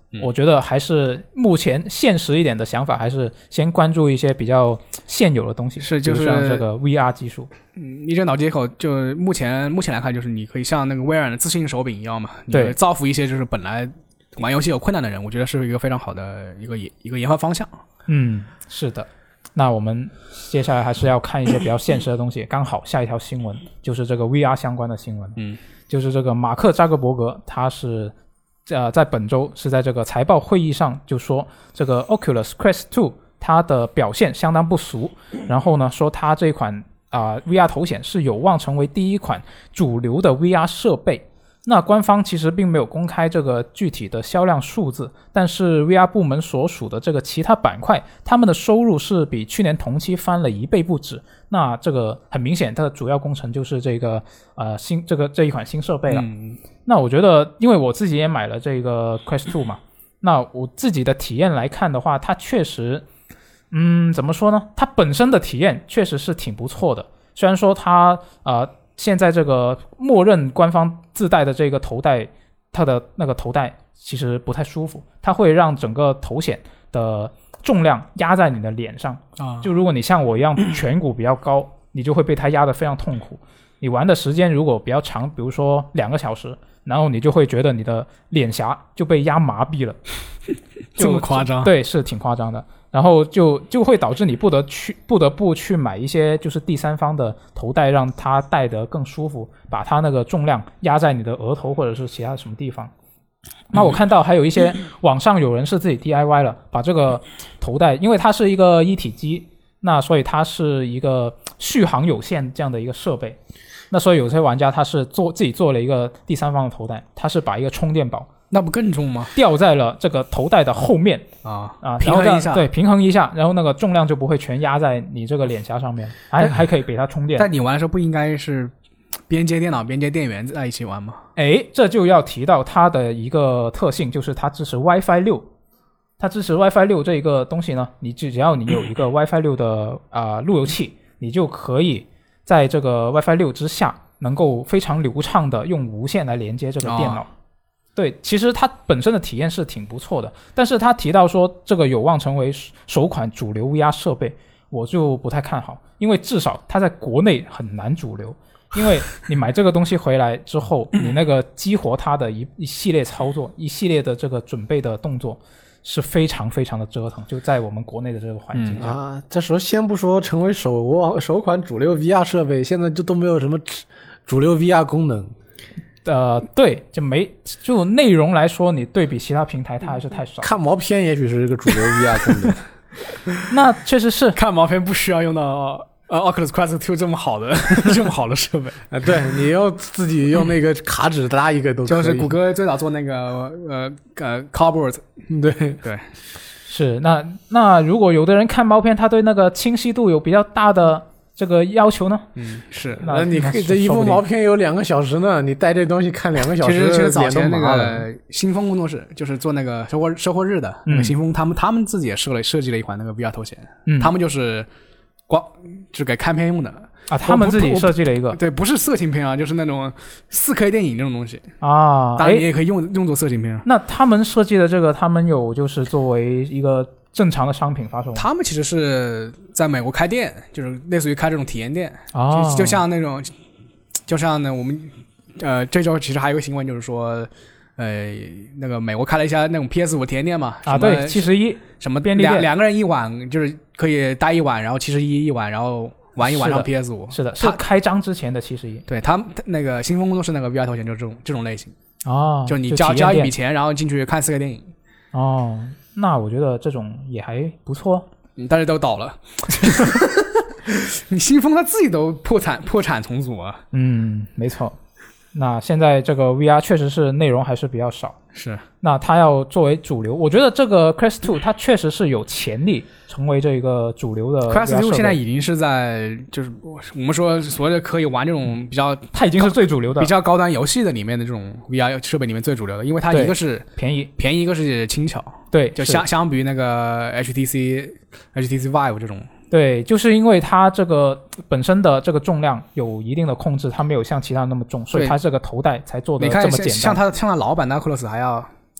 我觉得还是目前现实一点的想法，还是先关注一些比较现有的东西， 就是像这个 VR 技术。 一针脑接口就目前来看，就是你可以像那个微软的自信手柄一样嘛， 对， 你造福一些就是本来玩游戏有困难的人，我觉得是一个非常好的一个研发方向。 是的。那我们接下来还是要看一些比较现实的东西。刚好下一条新闻就是这个 VR 相关的新闻，就是这个马克扎克伯格，他是在本周是在这个财报会议上就说这个 Oculus Quest 2它的表现相当不俗，然后呢说它这款VR 头显是有望成为第一款主流的 VR 设备。那官方其实并没有公开这个具体的销量数字，但是 VR 部门所属的这个其他板块，他们的收入是比去年同期翻了1倍不止。那这个很明显，它的主要工程就是这个这一款新设备了。那我觉得，因为我自己也买了这个 Quest 2嘛，那我自己的体验来看的话，它确实，怎么说呢？它本身的体验确实是挺不错的。虽然说它现在这个默认官方自带的这个头戴，它的那个头戴其实不太舒服，它会让整个头显的重量压在你的脸上。就如果你像我一样颧骨比较高，你就会被它压得非常痛苦。你玩的时间如果比较长，比如说2个小时，然后你就会觉得你的脸颊就被压麻痹了。 这么夸张？ 对，是挺夸张的。然后就会导致你不得不去买一些就是第三方的头戴，让它戴得更舒服，把它那个重量压在你的额头或者是其他什么地方。那我看到还有一些网上有人是自己 DIY 了，把这个头戴，因为它是一个一体机，那所以它是一个续航有限这样的一个设备。那所以有些玩家他是自己做了一个第三方的头戴，他是把一个充电宝。 那不更重吗？ 吊在了这个头戴的后面平衡一下， 对，平衡一下，然后那个重量就不会全压在你这个脸颊上面，还可以给它充电。 但你玩的时候不应该是边接电脑边接电源在一起玩吗？ 这就要提到它的一个特性，就是它支持 WiFi 6。它支持 WiFi 6这一个东西呢，只要你有一个 WiFi 6的路由器，你就可以在这个 WiFi 6之下能够非常流畅的用无线来连接这个电脑。对，其实它本身的体验是挺不错的，但是他提到说这个有望成为首款主流 VR 设备，我就不太看好，因为至少它在国内很难主流，因为你买这个东西回来之后，你那个激活它的一系列操作，一系列的这个准备的动作是非常非常的折腾，就在我们国内的这个环境下。 这时候先不说成为首款主流 VR 设备，现在都没有什么主流 VR 功能。 对，就内容来说，你对比其他平台，它还是太少。 看毛片也许是一个主流 VR 功能， 那确实是看毛片不需要用到Oculus Quest 2这么好的设备。 对，你要自己用那个卡纸拉一个都可以。 就是谷歌最早做那个Cardboard， 对， 是那如果有的人看毛片，他对那个清晰度有比较大的这个要求呢？ 是。 那你可以这一部毛片有2个小时呢，你带这东西看2个小时， 其实早前那个新风工作室，就是做那个收获日的那个新风，他们自己也设计了一款那个 VR 头显，他们就是给看片用的他们自己设计了一个， 对，不是色情片就是那种4K 电影这种东西当然你也可以用作色情片。 那他们设计的这个，他们有就是作为一个正常的商品发售吗？ 他们其实是在美国开店，就是类似于开这种体验店就像那种，就像呢我们这周其实还有一个新闻，就是说那个美国开了一家那种 PS5 体验店嘛对，71 什么便利店， 两个人一晚，就是可以待一晚，然后71一晚，然后玩一晚上 PS5。 是的，是开张之前的71。 对，他们那个新风工作室那个 VR 头显就是这种类型就你交一笔钱，然后进去看4K 电影。 那我觉得这种也还不错。 但是都倒了。你新风他自己都破产重组啊。 没错。那现在这个 VR 确实是内容还是比较少， 是。 那它要作为主流，我觉得这个 Quest 2它确实是有潜力成为这个主流的 VR 设备。Quest 2现在已经是在就是我们说所谓的可以玩这种比较， 它已经是最主流的、 比较高端游戏的里面的这种 VR 设备里面最主流的，因为它一个是便宜， 一个是轻巧， 对， 就相比于那个 HTC Vive 这种。 对，就是因为它这个本身的这个重量有一定的控制，它没有像其他那么重，所以它这个头戴才做的这么简单。 你看像他老板的 Oculus 还要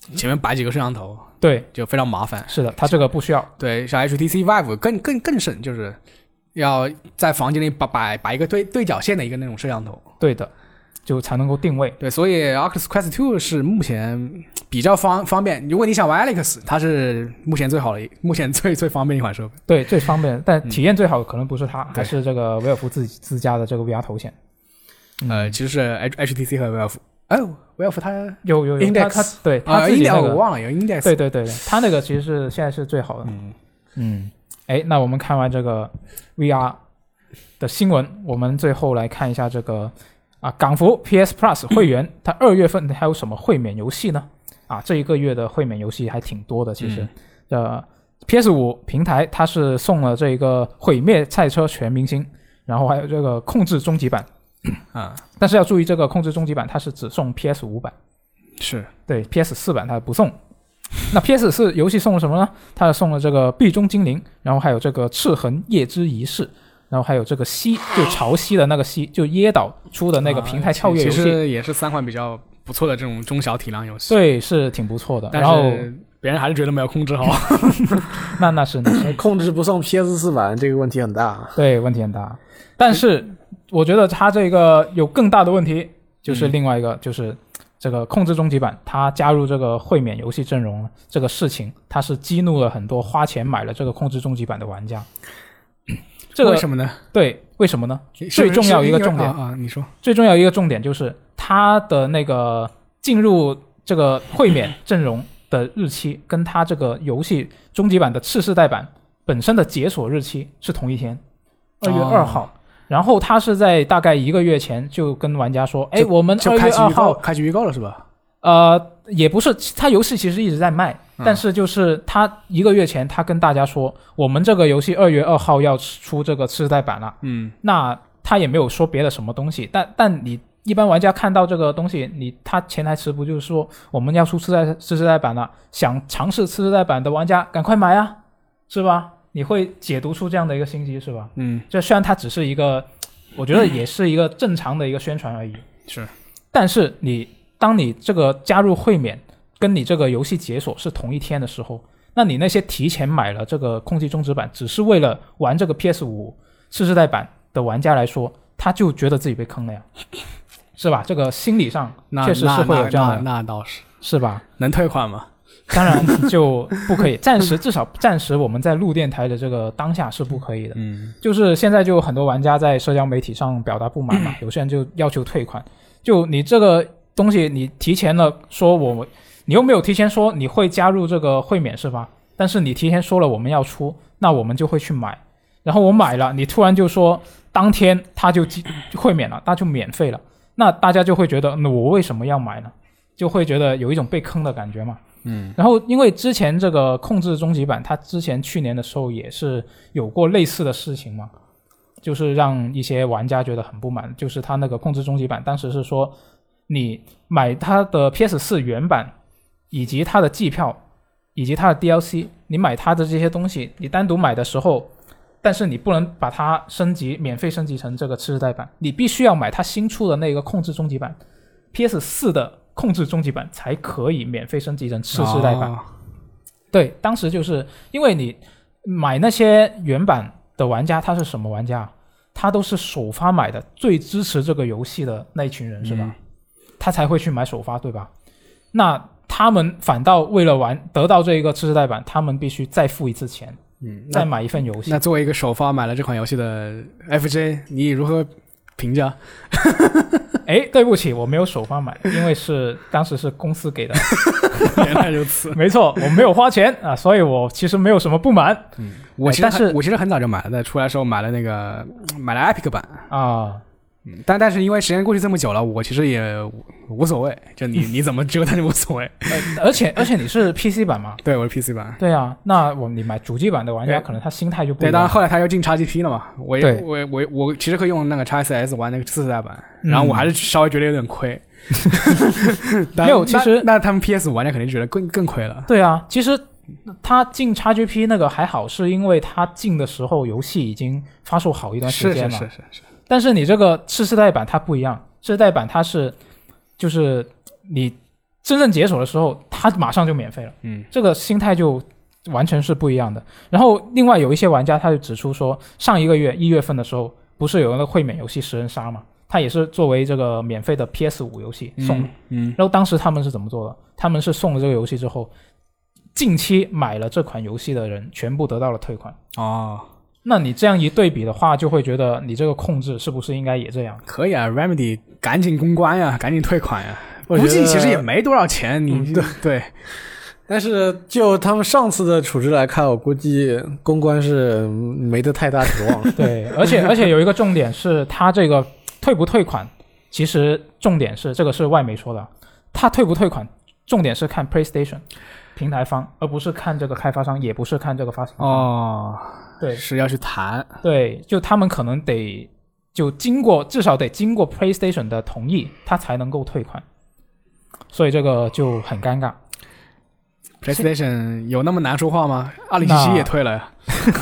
前面摆几个摄像头， 对， 就非常麻烦。 是的，它这个不需要。 对，像 HTC Vive 更省，就是要在房间里摆一个对角线的一个那种摄像头。 对的，就才能够定位。 对，所以 Oculus Quest 2是目前比较方便。如果你想玩 Alex， 它是目前最方便的一款设备。 对，最方便，但体验最好的可能不是它，还是这个威尔福自家的这个 VR 头显。 其实是 HTC 和威尔福。威尔福它有 Index， 它对它自己那个我忘了有 Index。 对，它那个其实是现在是最好的。那我们看完这个 VR 的新闻，我们最后来看一下这个港服 PS Plus 会员，它2月份还有什么会免游戏呢？这一个月的会免游戏还挺多的，其实。PS5 平台它是送了这个毁灭赛车全明星，然后还有这个控制终极版。但是要注意，这个控制终极版它是只送 PS5 版， 是对 PS4 版它不送。那 PS4 游戏送了什么呢？它送了这个壁中精灵，然后还有这个赤痕夜之仪式，然后还有这个西，就潮汐的那个西，就椰岛出的那个平台跳跃游戏， 其实也是3款比较不错的这种中小体量游戏。 对，是挺不错的。 但是别人还是觉得没有控制好。 那是控制不送 PS4 版，这个问题很大。 对，问题很大。但是我觉得它这个有更大的问题，就是另外一个，就是这个控制终极版它加入这个会免游戏阵容这个事情，它是激怒了很多花钱买了这个控制终极版的玩家。这个为什么呢？ 对，为什么呢？最重要一个重点你说。 最重要一个重点就是它的那个进入这个会免阵容的日期跟它这个游戏终极版的次世代版本身的解锁日期是同一天，2月2号。然后他是在大概1个月前就跟玩家说，我们2月2号开启预告了是吧？ 也不是，他游戏其实一直在卖，但是就是他1个月前他跟大家说，我们这个游戏2月2号要出这个次世代版了。那他也没有说别的什么东西，但你一般玩家看到这个东西，他潜台词不就是说我们要出次世代版了，想尝试次世代版的玩家赶快买啊，是吧？你会解读出这样的一个信息是吧？这虽然它只是一个，我觉得也是一个正常的一个宣传而已。 是， 但是当你这个加入会免跟你这个游戏解锁是同一天的时候，那你那些提前买了这个空气终止版，只是为了玩这个 PS5 次世代版的玩家来说，他就觉得自己被坑了呀，是吧？这个心理上确实是会有这样的， 那倒是吧？ 能退款吗？ 当然就不可以，至少暂时我们在录电台的这个当下是不可以的。就是现在就有很多玩家在社交媒体上表达不满嘛，有些人就要求退款。就你这个东西，你提前了说你又没有提前说你会加入这个会免是吧？但是你提前说了我们要出，那我们就会去买。然后我买了，你突然就说当天他就会免了，那就免费了，那大家就会觉得那我为什么要买呢？就会觉得有一种被坑的感觉嘛。然后因为之前这个控制终极版它之前去年的时候也是有过类似的事情嘛，就是让一些玩家觉得很不满，就是它那个控制终极版当时是说你买它的 PS4 原版以及它的季票以及它的 DLC， 你买它的这些东西你单独买的时候，但是你不能把它免费升级成这个次世代版，你必须要买它新出的那个控制终极版 PS4 的控制终极版才可以免费升级成次世代版。对，当时就是因为你买那些原版的玩家，他是什么玩家？他都是首发买的，最支持这个游戏的那一群人是吧？他才会去买首发，对吧？那他们反倒为了得到这个次世代版，他们必须再付一次钱，再买一份游戏。 那作为一个首发买了这款游戏的 FJ， 你如何评价？ 对不起，我没有首发买，因为当时是公司给的。 原来如此。 没错，我没有花钱啊，所以我其实没有什么不满。 我其实很早就买了，在出来的时候买了Epic 版啊。但是因为时间过去这么久了，我其实也无所谓，就你怎么折腾就无所谓。 而且你是 PC 版嘛？ 对，我是 PC 版。 对啊，那你买主机版的玩家，可能他心态就不一样。 对，当然后来他又进 XGP 了嘛。我其实可以用那个 XSS 玩那个次世代版，然后我还是稍微觉得有点亏。没有，其实那他们 PS 玩家肯定觉得更亏了。 对啊，其实他进 XGP 那个还好，是因为他进的时候游戏已经发售好一段时间了。 是。 但是你这个次世代版它不一样，次世代版它是就是你真正解锁的时候， 他马上就免费了。这个心态就完全是不一样的。然后另外有一些玩家他就指出说，上一个月1月份的时候，不是有那个会免游戏食人鲨嘛？它也是作为这个免费的 PS5 游戏送的。然后当时他们是怎么做的？他们是送了这个游戏之后，近期买了这款游戏的人全部得到了退款。那你这样一对比的话，就会觉得你这个控制是不是应该也这样？ 可以啊 ，Remedy 赶紧公关呀，赶紧退款呀。估计其实也没多少钱，你对。 但是就他们上次的处置来看，我估计公关是没得太大指望。 对，而且有一个重点是，他这个退不退款，其实重点是这个是外媒说的，他退不退款，重点是看 PlayStation 平台方，而不是看这个开发商，也不是看这个发行商。对， 是要去谈。 对，就他们可能得就至少得经过 PlayStation 的同意，他才能够退款，所以这个就很尴尬。 PlayStation 有那么难说话吗？2077也退了呀。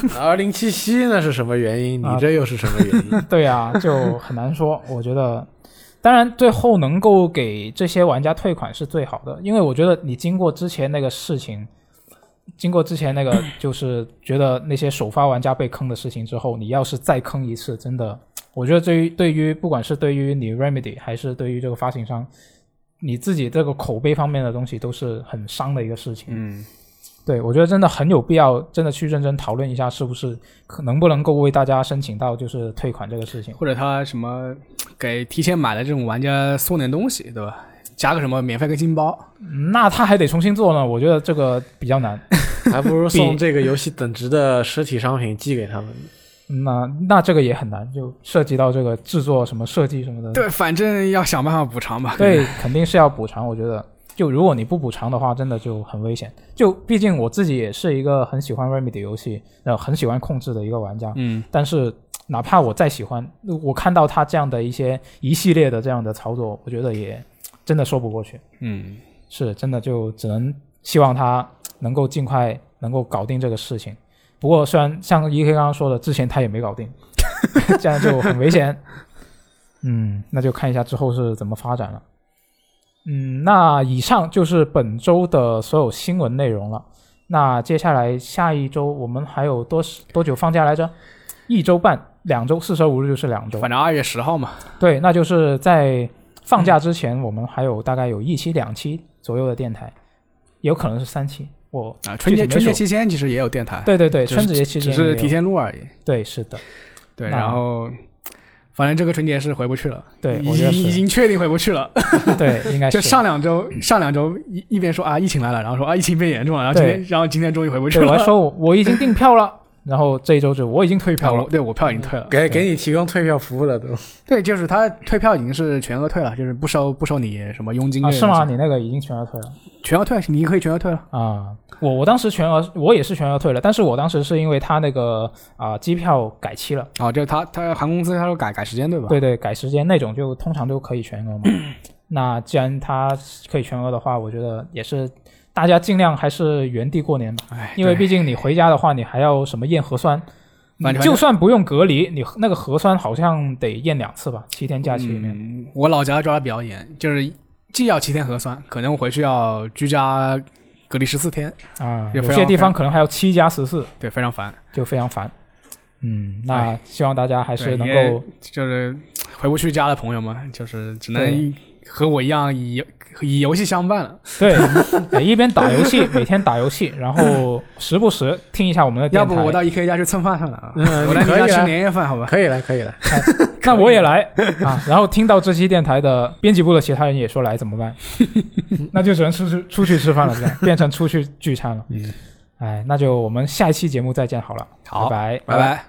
2077那是什么原因？你这又是什么原因？ 对啊，就很难说。我觉得，当然最后能够给这些玩家退款是最好的，因为我觉得你经过之前那个事情，经过之前那个就是觉得那些首发玩家被坑的事情之后，你要是再坑一次，真的，我觉得对于不管是对于你 Remedy 还是对于这个发行商，你自己这个口碑方面的东西都是很伤的一个事情。对，我觉得真的很有必要真的去认真讨论一下，是不是能不能够为大家申请到就是退款这个事情， 或者他什么给提前买的这种玩家送点东西，对吧？加个什么免费个金包， 那他还得重新做呢，我觉得这个比较难。 还不如送这个游戏等值的实体商品寄给他们。 那这个也很难，就涉及到这个制作什么设计什么的。 对，反正要想办法补偿吧。 对，肯定是要补偿。我觉得，就如果你不补偿的话，真的就很危险。就毕竟我自己也是一个很喜欢 Remedy 游戏，很喜欢控制的一个玩家。但是哪怕我再喜欢，我看到他这样的一系列的这样的操作，我觉得也真的说不过去。是真的，就只能希望他能够尽快能够搞定这个事情。不过虽然像 EK 刚刚说的，之前他也没搞定，这样就很危险。那就看一下之后是怎么发展了。那以上就是本周的所有新闻内容了。那接下来下一周我们还有多久放假来着？1周半，2周，4舍5日就是2周。 反正2月10号嘛。 对，那就是在放假之前，我们还有大概有1期2期左右的电台，有可能是3期。 春节期间其实也有电台。 对，春节期间只是提前录而已。 对，是的。 对，然后反正这个春节是回不去了。 对， 已经确定回不去了。 对，应该是。 就上两周一边说疫情来了，然后说疫情变严重了，然后今天终于回不去了。 我还说我已经订票了。然后这一周就我已经退票了。 对，我票已经退了。 给你提供退票服务了都。 对，就是他退票已经是全额退了，就是不收你什么佣金。 是吗？你那个已经全额退了？ 全额退，你可以全额退了啊。我当时我也是全额退了，但是我当时是因为他那个机票改期了。 就是他航空公司他说改时间对吧？ 对，改时间那种就通常都可以全额嘛。那既然他可以全额的话，我觉得也是。大家尽量还是原地过年吧，因为毕竟你回家的话，你还要什么验核酸，就算不用隔离，你那个核酸好像得验2次吧，7天假期里面。 我老家抓的比较严，就是既要7天核酸，可能回去要居家隔离14天啊，有些地方可能还要7+14， 对，非常烦， 就非常烦。那希望大家还是能够， 就是回不去家的朋友们，就是只能和我一样以游戏相伴了。 对，一边打游戏，每天打游戏，然后时不时听一下我们的电台。 要不我到 EK 家去蹭饭算了啊！我来你家吃年夜饭，好吧？ 可以了。 那我也来啊！然后听到这期电台的编辑部的其他人也说来怎么办？那就只能出去吃饭了，这样变成出去聚餐了。那就我们下一期节目再见好了。 好， 拜拜。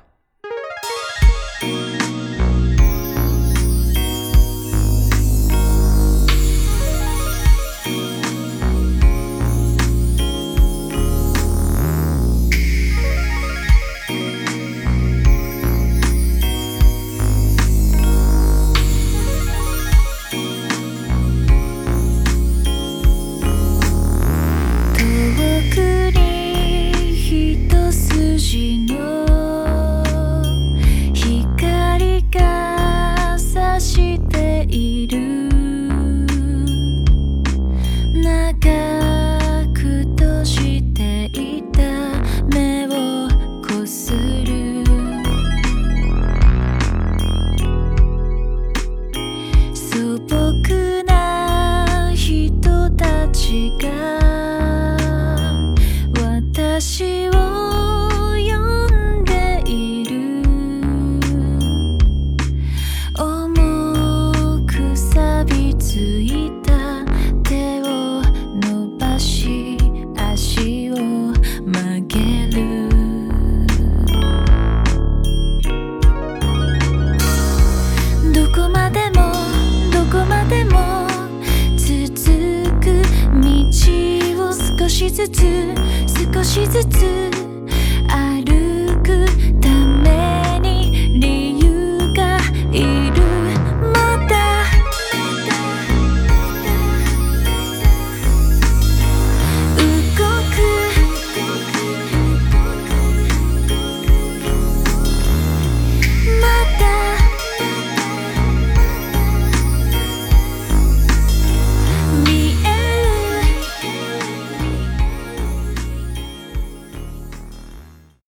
一筋の光素朴な人たちが私を呼んでいる重く錆びついた手を伸ばし足を曲げるどこまでもどこまでも続く道を少しずつ少しずつ